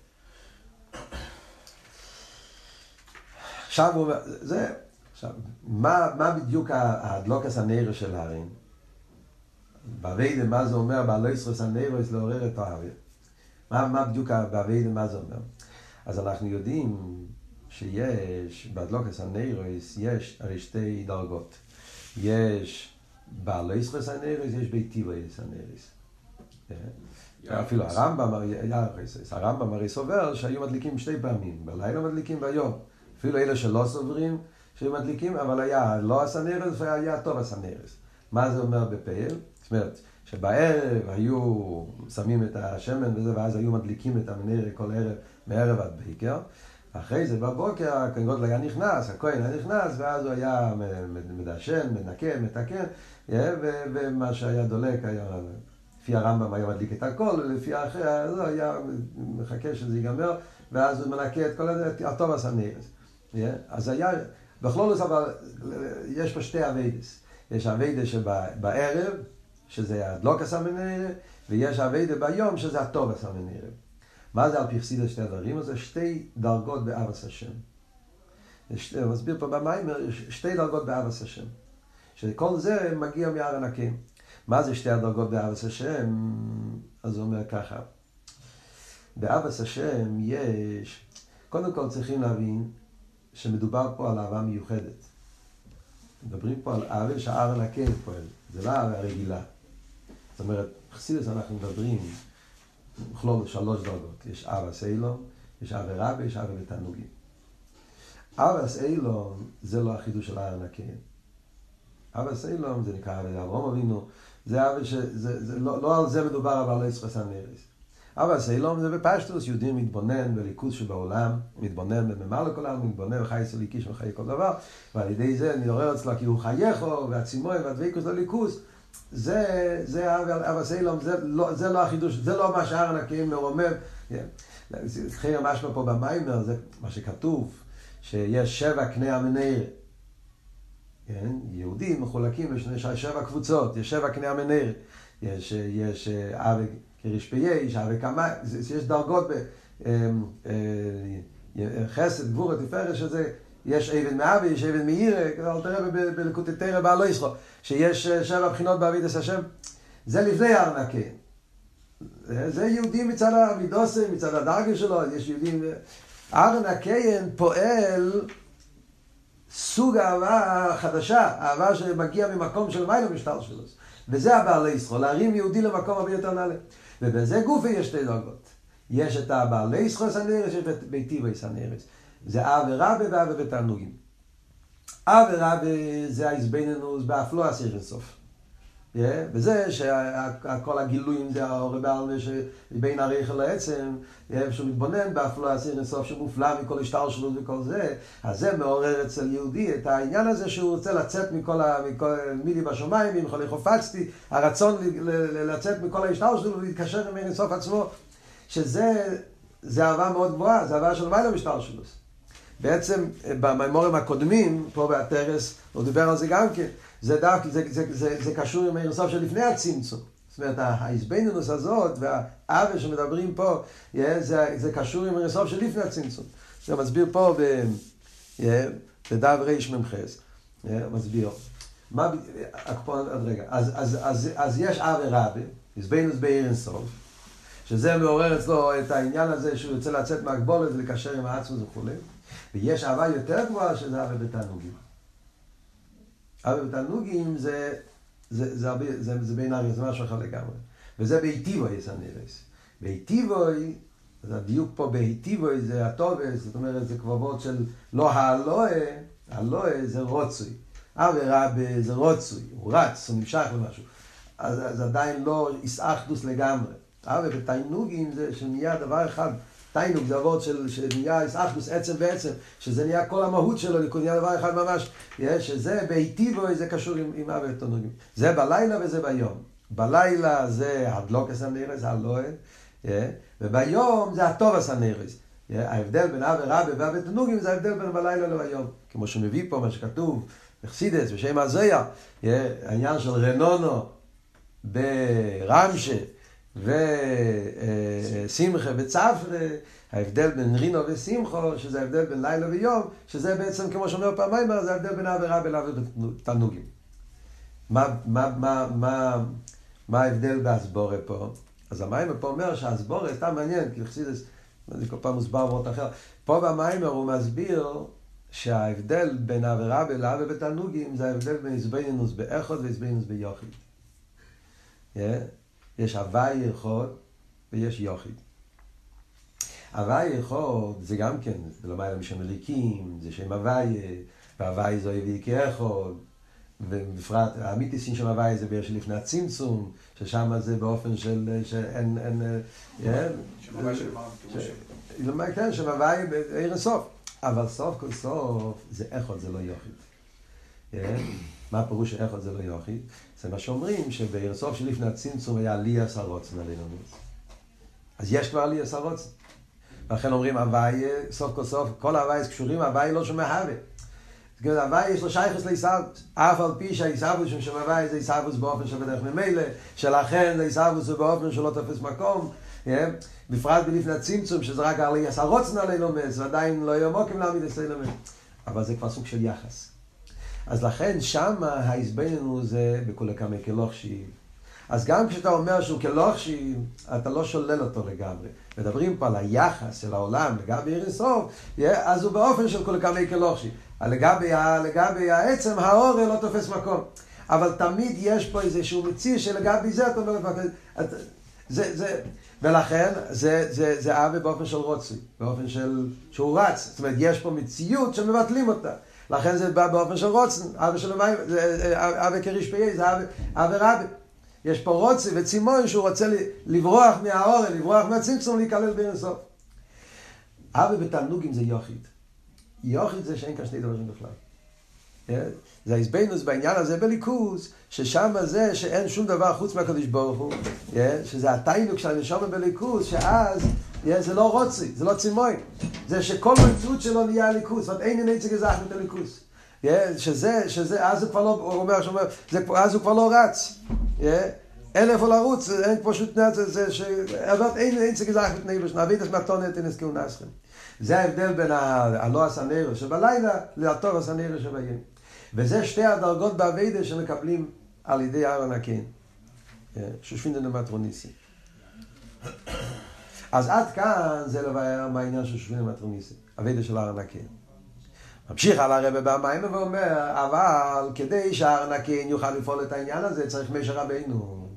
עכשיו הוא אומר, זה, עכשיו, מה בדיוק הדלוקס הנער של ההרים? בעבידה, מה זה אומר? בעלי ישחס הנראות לעורר את האב. מה בדיוק בעבידה, מה זה אומר? אז אנחנו יודעים שיש, בדלוקס הנראות יש הרי שתי דרגות. יש בעלי ישחס הנראות, יש ביטיבי הנראות. אפילו הרמב"ם הרי סובר שהיו מדליקים שתי פעמים, בלילה מדליקים ביום. אפילו אלה שלא סוברים שהיו מדליקים, אבל היה לא הסנרס והיה טוב הסנרס. מה זה אומר בפעל? זאת אומרת, שבערב היו שמים את השמן וזה, ואז היו מדליקים את המנהרה כל ערב, מערב עד ביקר. אחרי זה בבוקר הכהן היה נכנס, הכהן היה נכנס, ואז הוא היה מדשן, מנקה, מתקן, ומה שהיה דולק היה, לפי הרמב"ם היה מדליק את הכל, לפי האחר, זה היה מחכה שזה ייגמר, ואז הוא מנקה את כל הזה, הטוב הסנרס. אז היה, בכלולוס אבל יש פה שתי אביידס. יש אביידה שבערב, שזה הדלוקס המנהרה, ויש אביידה ביום, שזה הטוב הסמנהרה. מה זה על פי חסידות שתי הדברים? זה שתי דרגות באהבת השם. מסביר פה במיימר, שתי דרגות באהבת השם. שכל זה מגיע מארן הקיין. מה זה שתי הדרגות באהבת השם? אז הוא אומר ככה. באהבת השם יש, קודם כל צריכים להבין, שמדובר פה על אהבה מיוחדת. מדברים פה על אהבה שהארן הקיין פועל. זה לא אהבה רגילה. זאת אומרת, חסידות אנחנו מדברים, בכלול שלוש דרגות. יש אהבה סיילום, יש אהבה רבה, יש אהבה בתענוגים. אבס אילום זה לא החידוש של הארנקה. אבס אילום זה נקרא אברהם אבינו, זה אבא לא על זה מדובר, אבל לא יצחס הנרס. אבס אילום זה בפשטוס, יהודי מתבונן בליכוז שבעולם, מתבונן בממלא כל העולם, מתבונן בחי אצל איקיש וחיי כל דבר, ועל ידי זה נעורר אצלו כי הוא חייכו, והצימוי והדבקוס לליכוז. זה אבס אילום, זה לא החידוש, זה לא מה שהארנקים מרומם. חיר משמע פה במיימר, זה מה שכתוב, שיש 7 קני המנהר. יהודים מחולקים בשני 7 קבוצות, יש 7 קני המנהר. יש אבק כרשפיה, יש אבק כמה, יש דרגות חסד, גבורה, תפארת, שזה, יש אבן מאבי, יש אבן מאיר, אל תראה בלקוטי תרא בעל לא ישחו, שיש 7 בחינות בעבידת השם. זה לפני הארנקה. זה יהודים מצד המידוסים, מצד הדרגה שלו, יש יהודים. הארנקה פועל סוג אהבה חדשה, אהבה שמגיע ממקום של מיילו משטר שלו. וזה הבעל ישחו, להרים יהודי למקום הרבה יותר נעלה. ובזה גופי יש 2 דרגות. יש את הבעל ישחו סנרס, יש את ביתי סנרס. זה אב ורבה ואב ותענוגים. אב ורבה זה ההזבנינוס באפלו הסיר סוף. וזה שכל הגילויים זה האור בעלמה שבין הריח לעצם, שהוא מתבונן באפלו הסיר סוף שמופלא מכל השטר שלו וכל זה, אז זה מעורר אצל יהודי את העניין הזה שהוא רוצה לצאת מכל מילי בשמיים, מכל חופצתי, הרצון לצאת מכל השטר שלו ולהתקשר עם סוף עצמו, שזה אהבה מאוד גבוהה, זה אהבה של מילה משטר שלו. בעצם במיימורים הקודמים, פה בהתרס, הוא דיבר על זה גם כן, זה קשור עם האירסוף שלפני הצמצום. זאת אומרת, ההסבנינוס הזאת והאווה שמדברים פה, זה קשור עם האירסוף שלפני הצמצום. זה מסביר פה בדף ריש ממחס. מסביר. אז יש אווה רבה, הסבנינוס באירסוף, שזה מעורר אצלו את העניין הזה שהוא יוצא לצאת מהגבולת ולקשר עם העצמוס וכו'. ויש אהבה יותר גבוהה שזה אהבה בתענוגים. אהבה בתענוגים זה בין הרי, זה משהו אחר לגמרי. וזה בהיטיבוי יש הנרס. בהיטיבוי, הדיוק פה בהיטיבוי זה הטובס, זאת אומרת זה קבבות של לא האלוהה, האלוהה זה רוצוי. אהבה רבה זה רוצוי, הוא רץ, הוא נמשך למשהו. אז עדיין לא יסאחדוס לגמרי. אהבה בתענוגים זה שנהיה דבר אחד, תיינוג זה עבוד שנהיה יסאחדוס עצם בעצם, שזה נהיה כל המהות שלו, נהיה דבר אחד ממש, שזה בהיטיבוי זה קשור עם אהבה בתענוגים. זה בלילה וזה ביום. בלילה זה הדלוקס הנרס, הלוהה, וביום זה הטובס הנרס. ההבדל בין אהבה רבה ואהבה בתענוגים זה ההבדל בין בלילה לביום. כמו שמביא פה מה שכתוב, בחסידס, בשם הזויה, העניין של רנונו ברמשה, ושמחה וצפרה, ההבדל בין רינו ושמחו, שזה ההבדל בין לילה ויום, שזה בעצם, כמו שאומר פעמיים, זה ההבדל בין אהבה רבה לאהבה בתענוגים. מה ההבדל בהסבורה פה? אז המיימר פה אומר שההסבורה, סתם מעניין, כי חסידס, זה כל פעם מוסבר באות אחר. פה במיימר הוא מסביר שההבדל בין אהבה רבה לאהבה בתענוגים, זה ההבדל בין הסבנינוס באחד והסבנינוס ביוחיד. יש הוואי אחד ויש יוחיד. הוואי אחד זה גם כן, זה לא מעלה משם מליקים, זה שם הוואי, והוואי זו הביא כאחד, ובפרט האמיתיסין שם הוואי זה בערך שלפני הצמצום, ששם זה באופן של שאין... שם הוואי של מה? כן, שם הוואי אין סוף. אבל סוף כל סוף זה אחד, זה לא יוחיד. מה הפירוש שאחד זה לא יוחיד? זה מה שאומרים שבסוף שלפני הצמצום היה עלייה סרוצן עלינו. אז יש כבר עלייה סרוצן. ולכן אומרים הוואי, סוף כל סוף, כל הוואי קשורים, הוואי לא שומע הווה. זאת אומרת, הוואי יש לו שייכוס להישרבוס. אף על פי שההישרבוס שם הוואי זה הישרבוס באופן שבדרך ממילא, שלכן זה הישרבוס באופן שלא תופס מקום. בפרט בלפני הצמצום, שזה רק עלייה סרוצן עלינו, ועדיין לא יהיו מוקים להעמיד אצלנו. אבל זה כבר סוג של יחס. אז לכן שם ההסבננו זה בכל כמה כלוכשי. אז גם כשאתה אומר שהוא כלוכשי, אתה לא שולל אותו לגמרי. מדברים פה על היחס של העולם לגבי אירסוף, אז הוא באופן של כל כמה כלוכשי. לגבי העצם, האור לא תופס מקום. אבל תמיד יש פה איזשהו מציא שלגבי זה, אתה אומר, ולכן זה אבי באופן של רוצי, באופן שהוא רץ. זאת אומרת, יש פה מציאות שמבטלים אותה. לכן זה בא באופן של רוצן, אבי של המים, אבי כריש פיה, זה אבי רבי. יש פה רוצי וצימון שהוא רוצה לברוח מהאורן, לברוח מהצמצום, להיכלל בין הסוף. אבי בתענוגים זה יוחיד. יוחיד זה שאין כאן שני דברים בכלל. זה ההסבינוס בעניין הזה בליכוז, ששם זה שאין שום דבר חוץ מהקדוש ברוך הוא, שזה התיינוק של הנשמה בליכוז, שאז זה לא רוצי, זה לא צימוי, זה שכל מציאות שלו נהיה ליכוז, זאת אומרת אין נציג גזח את הליכוז, שזה, אז הוא כבר לא, הוא אומר, אז הוא כבר לא רץ, אין איפה לרוץ, אין פשוט נצא, זה אין נציג גזח את נבש, נביא את השמתונת, אין הסכימו נסכם. זה ההבדל בין הלא הסנרו שבלילה לטוב הסנרו שביום. וזה שתי הדרגות בעבודה שמקבלים על ידי אהרון הכהן. שושבין למטרוניסי. אז עד כאן זה לבאר מהעניין של שושבין למטרוניסי. עבודה של אהרון הכהן. ממשיך על הרב במים ואומר, אבל כדי שאהרון הכהן יוכל לפעול את העניין הזה, צריך משה רבנו.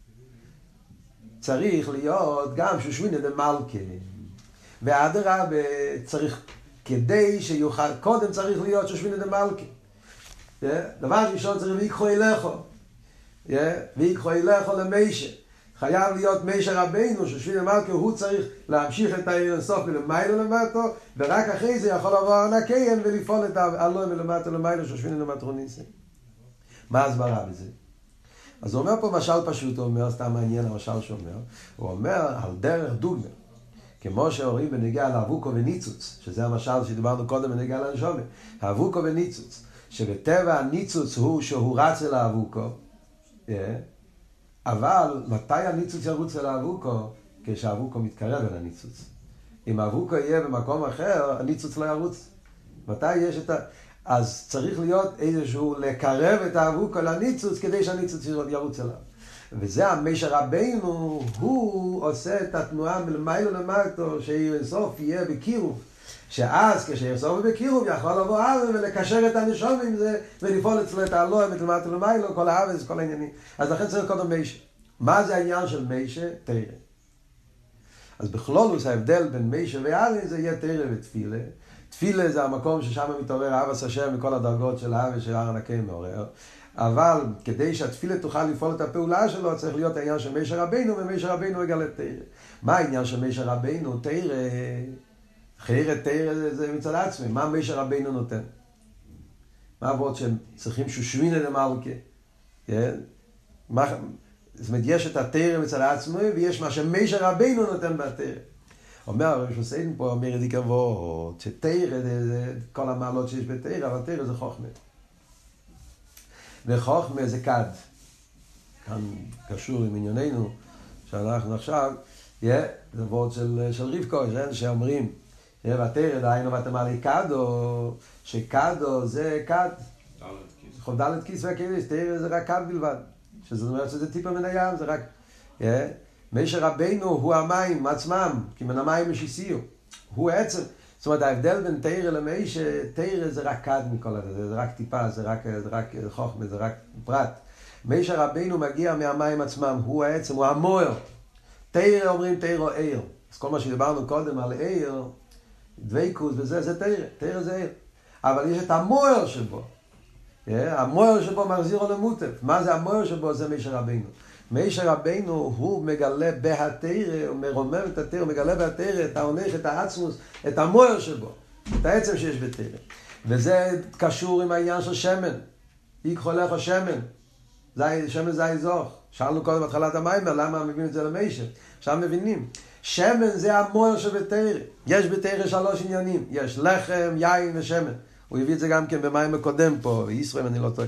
צריך להיות גם שושבין למלכה. ואדרבה צריך, כדי שיוכל, קודם צריך להיות שושבין למלכה. דבר ראשון צריך ויקחו אליכו. ויקחו אליכו למשה. חייב להיות משה רבנו, שושבין למלכה, הוא צריך להמשיך את העיר לסוף מלמיילו למטו, ורק אחרי זה יכול לבוא אהרון הכהן ולפעול את אלוהים מלמטו למיילו, שושבין למטרוניסי. מה הסברה בזה? אז הוא אומר פה משל פשוט, הוא אומר, סתם מעניין המשל שאומר, הוא אומר על דרך דוגמה. כמו שאומרים בנגיע לאבוקו וניצוץ, שזה המשל שדיברנו קודם בנגיע לנשמה, האבוקו וניצוץ, שבטבע הניצוץ הוא שהוא רץ אל האבוקו, אבל מתי הניצוץ ירוץ אל האבוקו? כשהאבוקו מתקרב אל הניצוץ. אם האבוקו יהיה במקום אחר, הניצוץ לא ירוץ. מתי יש את אז צריך להיות איזשהו לקרב את האבוקו לניצוץ, כדי שהניצוץ ירוץ אליו. וזה המשה רבנו, הוא עושה את התנועה מלמיילו למטו, שיסוף יהיה בקירוב. שאז כשיסוף בקירוב יכול לבוא אהרון ולקשר את הנשום עם זה, ולפעול אצלו את האלוהים, את למטו למיילו, כל האבס, כל העניינים. אז לכן צריך קודם משה. מה זה העניין של משה? תרא. אז בכלולוס ההבדל בין משה ואהרון זה יהיה תרא ותפילה. תפילה זה המקום ששם מתעורר אהבת השם מכל הדרגות של האהבה של אהרון הכהן מעורר. אבל כדי שהתפילה תוכל לפעול את הפעולה שלו, צריך להיות העניין של משה רבנו, ומשה רבנו יגלה תרא. מה העניין של משה רבנו? תרא, אחרת תרא זה מצד עצמי. מה משה רבנו נותן? מה עבוד שהם צריכים שושבין למלכה? זאת אומרת, יש את התרא מצד עצמי, ויש מה שמשה רבנו נותן בתרא. אומר הרב שוסיידן פה, אומר ידי כבוד, שתרא זה כל המעלות שיש בתרא, אבל תרא זה חוכמה. וחוכמה זה כד. כאן קשור עם ענייננו, שאנחנו עכשיו, זה וורד של רבקו, שאומרים, ותרא דהיינו ותמלא כדו, שכדו זה כד. חוב דלת כיס והכיס, תרא זה רק כד בלבד. שזה אומר שזה טיפה מן הים, זה רק... משה רבנו הוא המים עצמם, כי מן המים משיסיו. הוא עצם. זאת אומרת, ההבדל בין תרא למשה, תרא זה רק כד מכל הזה, זה רק טיפה, זה רק חוכמה, זה רק פרט. משה רבנו מגיע מהמים עצמם, הוא העצם, הוא המוער. תרא אומרים תרא עיר. אז כל מה שדיברנו קודם על עיר, דוויקוס וזה, זה תרא, תרא זה עיר. אבל יש את המוער שבו. המוער שבו מחזירו למוטף. מה זה המוער שבו? זה משה רבנו. משה רבנו הוא מגלה בהתרא, הוא מרומם את התרא, הוא מגלה בהתרא את העונך, את העצמוס, את המוער שבו, את העצם שיש בתרא. וזה קשור עם העניין של שמן. ייקחו לך שמן. שמן זה האזוך. שאלנו קודם בתחילת המים, למה מבינים את זה למשה? עכשיו מבינים. שמן זה המוער שבתרא. יש בתרא 3 עניינים. יש לחם, יין ושמן. הוא הביא את זה גם כן במים הקודם פה, בישראל אני לא טועה.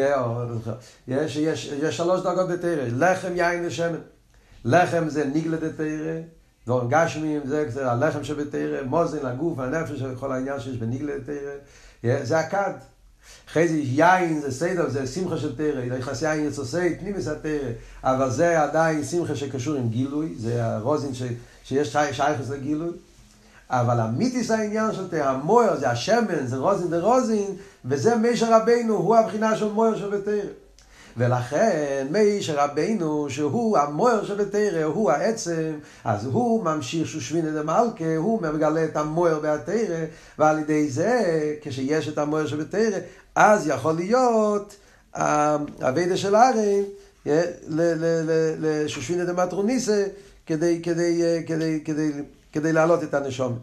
יש 3 דרגות בתרא, לחם, יין ושמן. לחם זה ניגלה דתרא, דברים גשמיים, זה הלחם שבתרא, מוזן, הגוף, הנפש, כל העניין שיש בניגלה דתרא, זה הכד. אחרי זה יין, זה סדר, זה שמחה של תרא, יחס יין יצוסי, פנימס התרא, אבל זה עדיין שמחה שקשור עם גילוי, זה הרוזין שיש שייכס לגילוי. אבל המיתיס העניין של תרא, המוער, זה השמן, זה רוזין דרוזין, וזה משה רבנו, הוא הבחינה של מוער שבתרא. ולכן משה רבינו שהוא המויר שבתרא, הוא העצם, אז הוא ממשיך שושבין את המלכה, הוא מגלה את המויר והתרא, ועל ידי זה כשיש את המויר שבתרא אז יכול להיות הווידה של הארן לשושבין את המטרוניסה כדי להעלות את הנשום.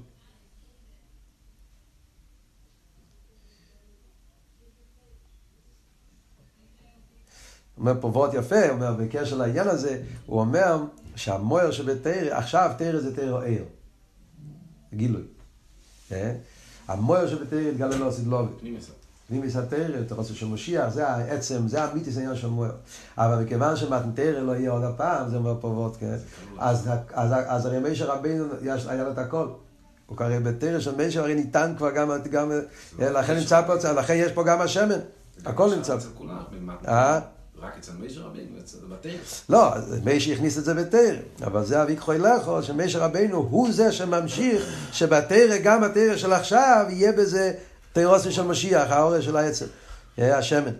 הוא אומר פה וורט יפה, הוא אומר בקשר לעניין הזה, הוא אומר שהמויר שבתרא, עכשיו תרא זה תרא עיר. גילוי. המויר שבתרא התגלה לו סדלובת. פנימיס התרא, תרצה של משיח, זה העצם, זה המיתיס העניין של מויר. אבל מכיוון שמתנתרא לא יהיה עוד הפעם, זה אומר פה וורט, אז הרי משה רבינו היה לו את הכל. הוא קרא בתרא של משה, הרי ניתן כבר גם, לכן נמצא פה, לכן יש פה גם השמן. הכל נמצא פה. רק אצל משה רבינו, בתרא. לא, משה הכניס את זה בתרא, אבל זה אביק חוי לכו, שמשה רבינו הוא זה שממשיך, שבתרא, גם התרא של עכשיו, יהיה בזה תירוסי של משיח, האור של העצם, השמן.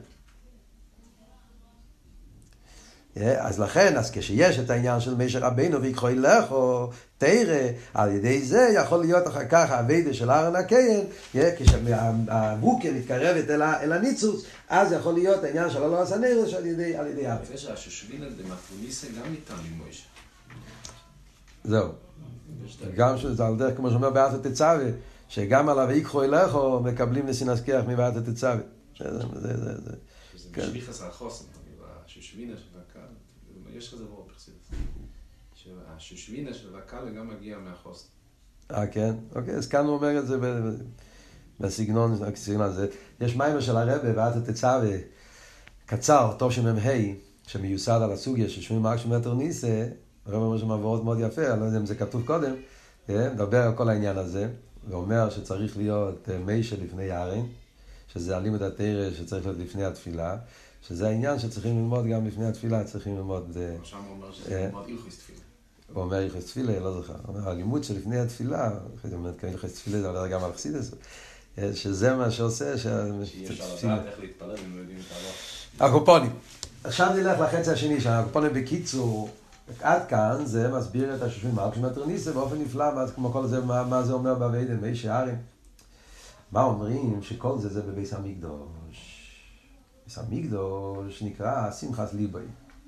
אז לכן, אז כשיש את העניין של משה רבינו ויקחוי לכו, תרא, על ידי זה יכול להיות אחר כך הווידה של אהרן הכהן, כשהבוקר מתקרבת אל הניצוץ, אז יכול להיות העניין של אלוהי הסנרס על ידי אהרן. לפני שהשושבין דמטרוניסה גם ניתן למוישה. זהו. גם שזה על דרך כמו שאומר בארץ התצווה, שגם על ויקחוי לכו מקבלים נסינס כיח מבארץ התצווה. זה משליחס החוסן, השושבינה של הקהל, יש כזה בור פרסידס, שהשושבינה של הקהל גם מגיע מהחוסן. כן? אוקיי, אז כאן הוא אומר את זה בסגנון הזה. יש מיימר של הרבי בארץ התצווה, קצר, טוב שממהי, שמיוסד על הסוגיה ששומעים רק שמטר ניסה, הרבי אומר שם עבורות מאוד יפה, אני לא יודע אם זה כתוב קודם, מדבר על כל העניין הזה, ואומר שצריך להיות מיישה לפני יערן, שזה הלימוד התרא שצריך להיות לפני התפילה, שזה העניין שצריכים ללמוד גם לפני התפילה, צריכים ללמוד... שם הוא אומר שזה ללמוד הלכות תפילה. הוא אומר הלכות תפילה, לא זוכר. הוא אומר, הלימוד שלפני התפילה, הלכות תפילה זה עולה גם על חסידות, שזה מה שעושה... שאי אפשר לדעת איך להתפלל אם לא יודעים את הרוח. הקופונים. עכשיו נלך לחצי השני, שהקופונים בקיצור, עד כאן זה מסביר את השושבין מלכה שמטר ניסה באופן נפלא, כמו כל זה, מה זה אומר בווידה, מי שערים. מה אומרים? שכל זה בביס המקדוש. ביס המקדוש נקרא שמחת ליבוי.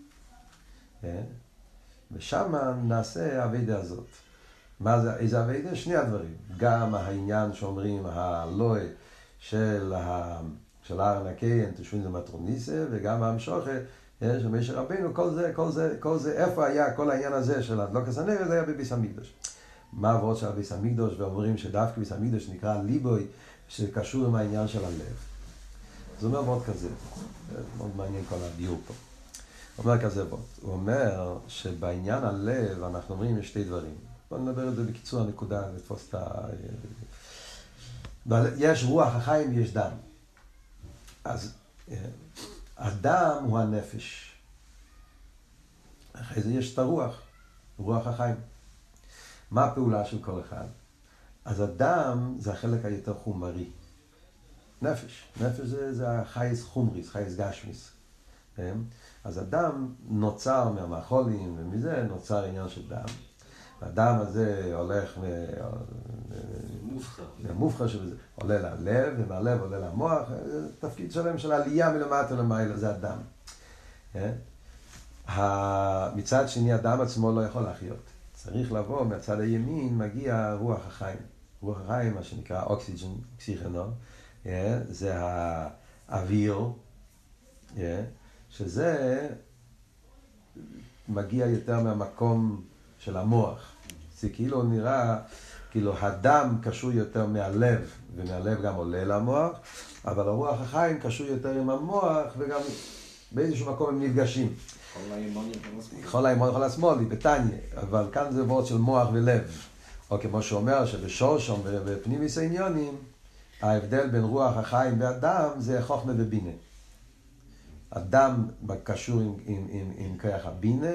ושם נעשה הווידה הזאת. מה זה, איזה הווידה? שני הדברים. גם העניין שאומרים הלוי של אהרן הכהן, תשווין זה מטרוניסה, וגם המשוכת של משה רבינו, כל זה, איפה היה כל העניין הזה של הדלוקת הנר, זה היה בביס המקדוש. מה עבוד של ביס המקדוש, ואומרים שדווקא ביס המקדוש נקרא ליבוי, שקשור עם העניין של הלב. זה אומר מאוד כזה, מאוד מעניין כל הדיוק פה. הוא אומר כזה מאוד, הוא אומר שבעניין הלב אנחנו אומרים יש שתי דברים. בואו נדבר את זה בקיצור הנקודה, לתפוס את יש רוח החיים ויש דם. אז הדם הוא הנפש. אחרי זה יש את הרוח, רוח החיים. מה הפעולה של כל אחד? אז הדם זה החלק היותר חומרי. נפש. נפש זה החייס חומריס, חייס גשמיס. אז הדם נוצר מהמאכולים, ומזה נוצר עניין של דם. הדם הזה הולך מהמופחה שבזה, עולה ללב, ומהלב עולה למוח, זה תפקיד שלהם של העלייה מלמטה למעלה, זה הדם. מצד שני, הדם עצמו לא יכול להחיות. צריך לבוא, מהצד הימין מגיע רוח החיים. רוח החיים, מה שנקרא אוקסיג'ן, אוקסיג'נור, זה האוויר, שזה מגיע יותר מהמקום של המוח. זה כאילו נראה, כאילו הדם קשור יותר מהלב, ומהלב גם עולה למוח, אבל הרוח החיים קשור יותר עם המוח, וגם באיזשהו מקום הם נפגשים. יכול הימון יכול לשמאל, בטניה, אבל כאן זה וורד של מוח ולב. או כמו שאומר שבשורשום ובפנימיס העניונים, ההבדל בין רוח החיים והדם זה חוכמה ובינה. הדם קשור עם כוח הבינה,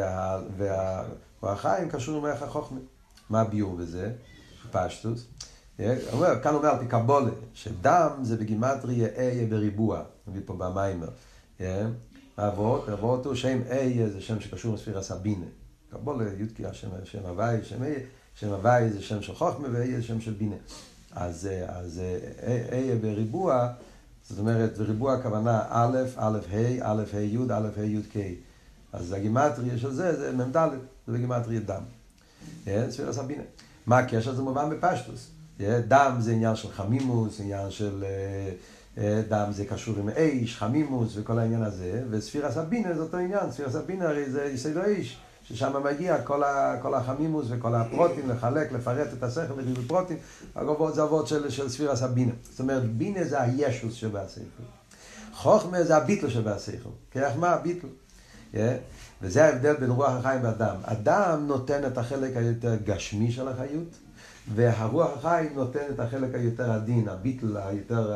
והחיים קשור עם כוח החוכמה. מה הביור בזה? פשטוס. כאן אומר על פי קבולה, שדם זה בגימטריה איה בריבוע, נביא פה במיימר. אבות הוא שם איה, זה שם שקשור לספירס הבינה. קבולה, יודקי, שם הוואי, שם הוואי זה שם של חוכמה, ואיה זה שם של בינה. אז איה בריבוע, זאת אומרת, בריבוע הכוונה א', א', ה', א', ה', י', א', ה', י', ק'. אז הגימטריה של זה מ"ד, זה בגימטריה דם. ספירס הבינה. מה הקשר? זה מובן בפשטוס. דם זה עניין של חמימוס, עניין של דם זה קשור עם איש, חמימוס וכל העניין הזה, וספירס הבינה זה אותו עניין. ספירס הבינה הרי זה יסוד האיש, ששם מגיע כל החמימוס וכל הפרוטין, לחלק, לפרט את השכל לריבוי פרוטין. זה אבות של ספירס הבינה. זאת אומרת, בינה זה הישוס שבהשכל. חוכמה זה הביטל שבהשכל. כך מה הביטל? וזה ההבדל בין רוח החיים והדם. הדם נותן את החלק היותר גשמי של החיות, והרוח החיים נותן את החלק היותר עדין, הביטל היותר,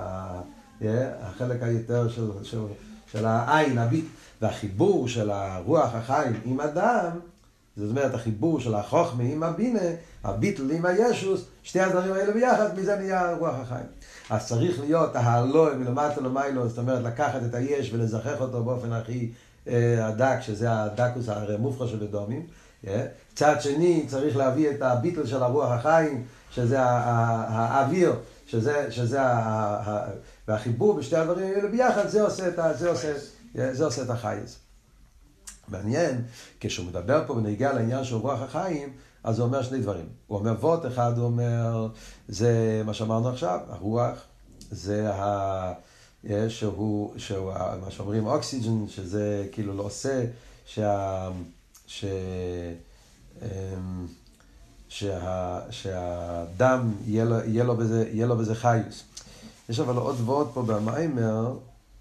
החלק היותר של העין, הביטל. והחיבור של הרוח החיים עם הדם, זאת אומרת החיבור של החוכמה עם הבינה, הביטל עם הישוס, שתי הדברים האלה ביחד, מזה נהיה רוח החיים. אז צריך להיות ההלוי מלמטה למיילו, זאת אומרת לקחת את היש ולזכח אותו באופן הכי הדק, שזה הדקוס הרי מופחה שבדומים. צד שני צריך להביא את הביטל של הרוח החיים, שזה האוויר, והחיבור בשתי הדברים האלה ביחד, זה עושה את החייס. מעניין, כשהוא מדבר פה ונגיע לעניין של רוח החיים, אז הוא אומר שני דברים. הוא אומר וות אחד, הוא אומר, זה מה שאמרנו עכשיו, הרוח, זה שהוא מה שאומרים אוקסיג'ן, שזה כאילו לא עושה שהדם יהיה לו בזה חיוס. יש אבל עוד ועוד פה במיימר,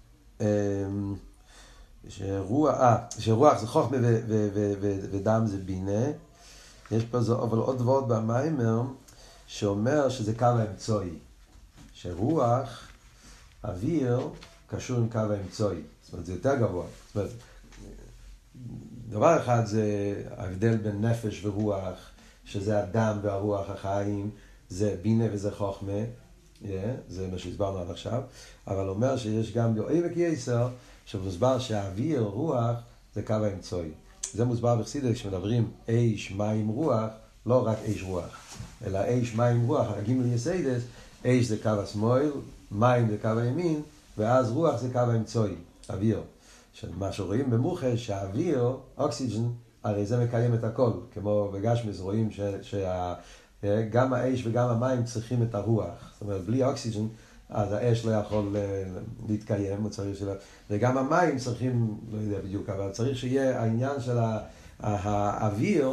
שרוח זה חוכמה ודם זה בינה. יש פה אבל עוד ועוד במיימר שאומר שזה קו האמצעי, שרוח אוויר קשור עם קו האמצעי, זאת אומרת זה יותר גבוה. זאת אומרת, דבר אחד זה ההבדל בין נפש ורוח, שזה הדם והרוח החיים, זה בינה וזה חוכמה, זה מה שהסברנו עד עכשיו. אבל אומר שיש גם יואי וקייסר, שמוסבר שהאוויר, רוח, זה קו האמצעי. זה מוסבר בחסידות כשמדברים אש, מים, רוח, לא רק אש רוח, אלא אש, מים, רוח, הגימל יסיידס, אש זה קו השמאל, מים זה קו הימין, ואז רוח זה קו האמצעי, אוויר. מה שרואים במוחש, שהאוויר, אוקסיג'ן, הרי זה מקיים את הכל. כמו בגשמס רואים שגם האש וגם המים צריכים את הרוח. זאת אומרת, בלי אוקסיג'ן, אז האש לא יכול להתקיים, וגם המים צריכים, לא יודע בדיוק, אבל צריך שיהיה העניין של האוויר,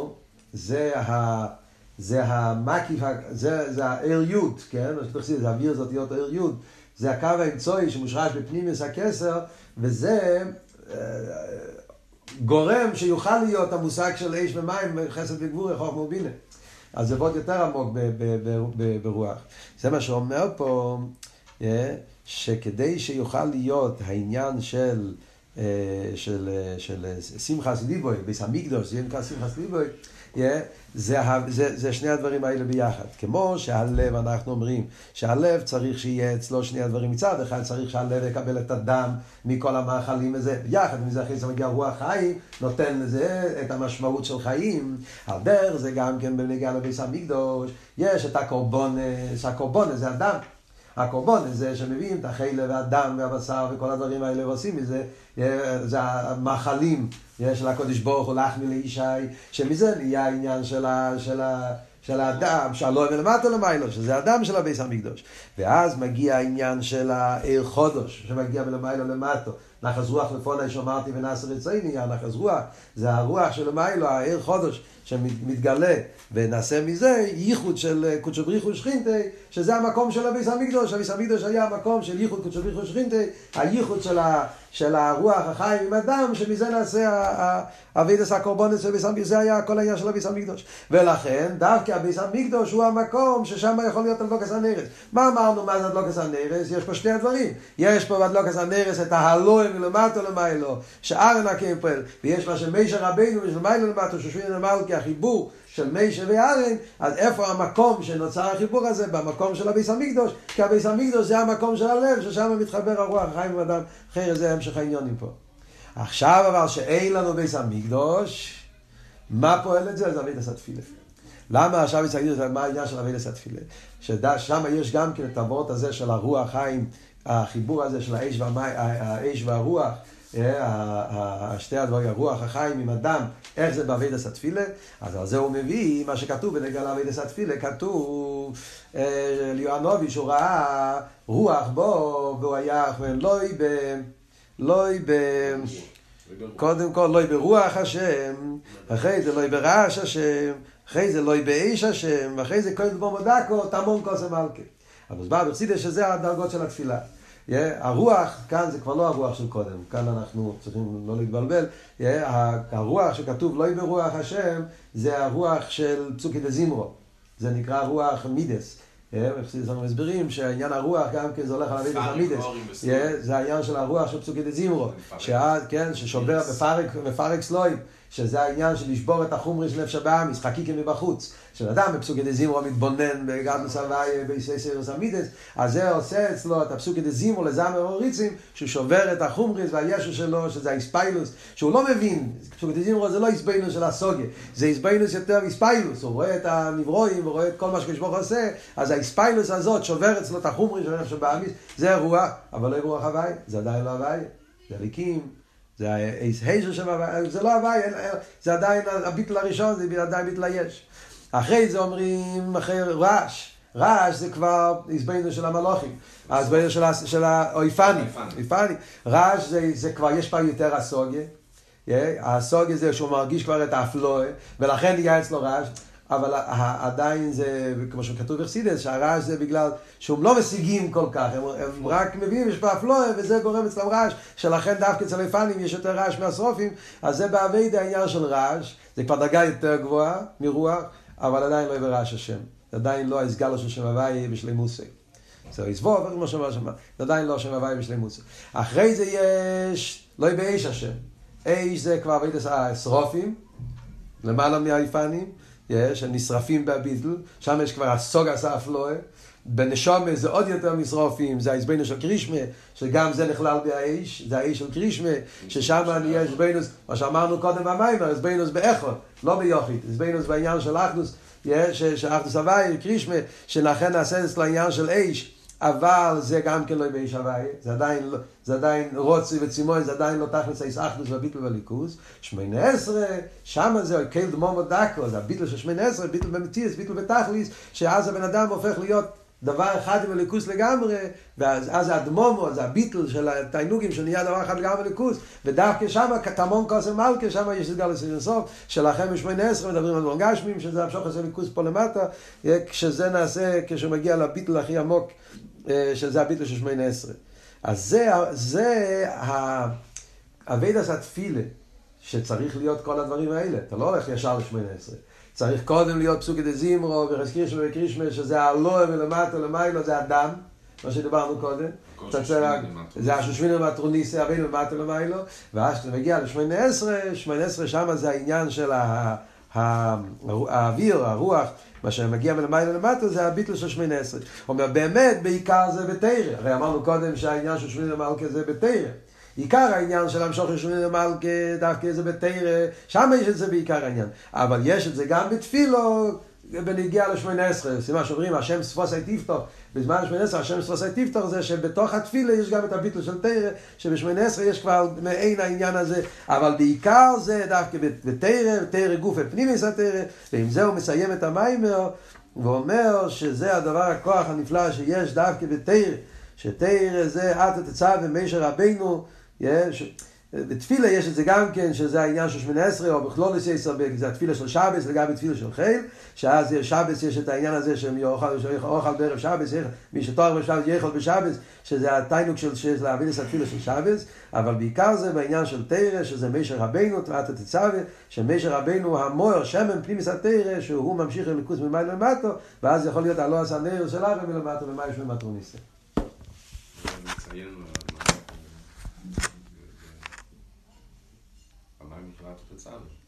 זה המקיף, זה העריות, כן? זה האוויר, זאת להיות העריות. זה הקו האמצעי שמושרש בפנימיוס הכסר, וזה גורם שיוכל להיות המושג של אש ומים, חסד וגבורה, חוכמה ובינה. אז זה עוד יותר עמוק ברוח. זה מה שאומר פה, שכדי שיוכל להיות העניין של שמחת ליבוי, ביס המקדוש, זה נקרא שמחת ליבוי, זה שני הדברים האלה ביחד. כמו שהלב, אנחנו אומרים שהלב צריך שיהיה אצלו שני הדברים. מצד אחד צריך שהלב יקבל את הדם מכל המאכלים הזה, ביחד מזה אחרי זה מגיע רוח חיים, נותן לזה את המשמעות של חיים. על דרך זה גם כן בנגיעה לביס המקדוש, יש את הקורבונס, הקורבונס זה הדם. הקורבן זה שמביאים את החלה והדם והבשר וכל הדברים האלה ועושים מזה, זה המאכלים של הקודש ברוך הוא לחמי לישי, שמזה נהיה העניין של האדם, שהלוי מלמטה למיילו, שזה האדם של הביס המקדוש. ואז מגיע העניין של העיר חודש, שמגיע מלמיילו למטו. נחז רוח לפוני שאמרתי ונסר רצייני, הנחז רוח, זה הרוח של למיילו, העיר חודש, שמתגלה, ונעשה מזה ייחוד של קודש בריחו שכינתי, שזה המקום של הביס המקדוש. הביס המקדוש היה המקום של ייחוד קודש בריחו שכינתי, הייחוד של הרוח החיים עם הדם, שמזה נעשה אבידס הקורבנס של הביס המקדוש. זה היה כל העניין של הביס המקדוש. ולכן דווקא הביס המקדוש הוא המקום ששם יכול להיות הדלוקס הנרס. מה אמרנו מה זה הדלוקס הנרס? יש פה שתי הדברים. יש פה בדלוקס הנרס את ההלוי מלמטה למיילו, שארן הקיים פועל, ויש מה שמשה רבינו יש למיילו למטה, שושבין למעלה, כי החיבור של משה וארן, אז איפה המקום שנוצר החיבור הזה? במקום של הביס המקדוש, כי הביס המקדוש זה המקום של הלב, ששם מתחבר הרוח החיים עם אדם, אחרי זה המשך העניונים פה. עכשיו אבל שאין לנו ביס המקדוש, מה פועל את זה? זה אבידס התפילה. למה עכשיו יצטרך, מה העניין של אבידס התפילה? ששם יש גם כן את העבוד הזה של הרוח חיים, החיבור הזה של האש והרוח, שתי הדברים, הרוח החיים עם אדם, איך זה באבידס התפילה? אז על זה הוא מביא מה שכתוב בנגע לאבידס התפילה, כתוב ליואנובי שהוא ראה רוח בו, והוא היה קודם כל לוי ברוח השם, אחרי זה לוי ברעש השם, אחרי זה לוי באש השם, ואחרי זה כל דבר מדקו, תמון קוסם מלכה. אבל אז בא בחסידות שזה הדרגות של התפילה. הרוח, כאן זה כבר לא הרוח של קודם, כאן אנחנו צריכים לא להתבלבל, הרוח שכתוב לוי ברוח השם, זה הרוח של פסוקי דזימרו, זה נקרא רוח מידס. אנחנו מסבירים שהעניין הרוח גם כן זה הולך על אבידס המידס, זה העניין של הרוח של פסוקי דזימרו, ששובר מפרק סלויים, שזה העניין של לשבור את החומרי של נפש הבאמיס, חקיקה מבחוץ, שאדם בפסוקי דזימרו מתבונן בגדלוס הוואי ביסייסרוס המידס, אז זה עושה אצלו את הפסוקי דזימרו לזמר הוריצים, שהוא שובר את החומריס והישו שלו, שזה האספיילוס, שהוא לא מבין, פסוקי דזימרו זה לא הסבינוס של הסוגיה, זה הסבינוס יותר הספיילוס, הוא רואה את הנברואים, הוא רואה את כל מה שקשבוך עושה, אז האספיילוס הזאת שובר אצלו את החומרי של נפש הבאמיס, זה רוח, אבל לא רוח הוואי, זה עדיין לא הוואי, זה ליקים, זה ההישר שם, זה לא הוואי, זה עדיין הביטל הראשון, זה עדיין ביטל היש. אחרי זה אומרים, אחרי רעש, רעש זה כבר הסבינוס של המלוכים, הסבינוס של האויפני, רעש זה כבר, יש פעם יותר הסוגיה, הסוגיה זה שהוא מרגיש כבר את האפלואה, ולכן נהיה אצלו רעש, אבל עדיין זה, כמו שכתוב בחסידות, שהרעש זה בגלל שהם לא משיגים כל כך, הם רק מביאים, יש פה אפלואה, וזה גורם אצלם רעש, שלכן דווקא אצל היפנים יש יותר רעש מהשרופים, אז זה בעביד העניין של רעש, זה כבר דרגה יותר גבוהה מרוח, אבל עדיין לא ברעש השם, עדיין לא הסגלו של שם הוואי בשלימוסי. זה יסבור, כמו שאומר שם, זה עדיין לא שם הוואי בשלימוסי. אחרי זה יש, לא באש השם, אש זה כבר עביד השרופים, למעלה מהיפנים, שנשרפים בביטל, שם יש כבר הסוג עשה אפלואה, בנשומה זה עוד יותר משרופים, זה ההסבינוס של קרישמה, שגם זה נכלל באש, זה האש של קרישמה, ששם נהיה הסבינוס, מה שאמרנו קודם במיימר, הסבינוס באחד, לא ביוחד, הסבינוס בעניין של אחדוס, שאחדוס הוואי, קרישמה, שלכן נעשה את העניין של אש, אבל זה גם כן לא באש הוואי, זה עדיין רוצי וצימוי, זה עדיין לא תכלס האחדוס והביטל והליכוס. 18, שם זה קייל דמום ודקו, זה הביטל של 18, ביטל במתיס, ביטל בתכליס, שאז הבן אדם הופך להיות דבר אחד עם הליכוס לגמרי, ואז הדמומו, זה הביטל של התיינוגים שנהיה דבר אחד לגמרי ליכוס, ודווקא שם כתמון קוסם מלכה, שם יש סגל לסוף, שלכם ב-18 מדברים על דברים גשמים, שזה המשוך עושה ליכוס פה למטה, כשזה נעשה, כשמגיע לביטל הכי עמוק, שזה הביטל של 18. אז זה אבידס התפילה, שצריך להיות כל הדברים האלה. אתה לא הולך ישר ל-18. צריך קודם להיות פסוקי דזימרו, וקרישמה וקרישמה, שזה הלואה ולמטה למיילו, זה הדם, מה שדיברנו קודם. זה השושבינו ומטרוניסה, הבין למטה למיילו, ואז כשאתה מגיע ל-18, 18 שם זה העניין של האוויר, הרוח, מה שמגיע מלמעלה למטה זה הביטל של 18. אומר, באמת, בעיקר זה בתורה. הרי אמרנו קודם שהעניין של שמיני למלכה זה בתורה. עיקר העניין של המשוך של שמיני למלכה, דווקא זה בתורה, שם יש את זה בעיקר העניין. אבל יש את זה גם בתפילו, בנגיע ל-18. סימן שאומרים, השם ספוסי תפתח, בזמן ה-18, השם ספוסי תפתח זה שבתוך התפילה יש גם את הביטל של תורה, שב-18 יש כבר מעין העניין הזה, אבל בעיקר זה דווקא בתורה, תורה גוף ופנימיס התורה, ועם זה הוא מסיים את המיימר, ואומר שזה הדבר הכוח הנפלא שיש דווקא בתורה, שתורה זה את תצא ומשה רבינו, בתפילה יש את זה גם כן, שזה העניין של 18, או בכלול יש זה התפילה של שבס, לגבי תפילה של חיל, שאז שבס יש את העניין הזה שאוכל בערב שבס, מי שתואר בשבס יאכל בשבס, שזה התיינוק של להביס התפילה של שבס, אבל בעיקר זה בעניין של תורה, שזה משה רבינו, תורת התצווה, שמשה רבינו המויר שמן פנימיס התורה, שהוא ממשיך לליכוס ממעלה למטה, ואז יכול להיות הלא עשה נר של הרב מלמטה, ומה יש במטרוניסה. מה עם מכירת התצווה?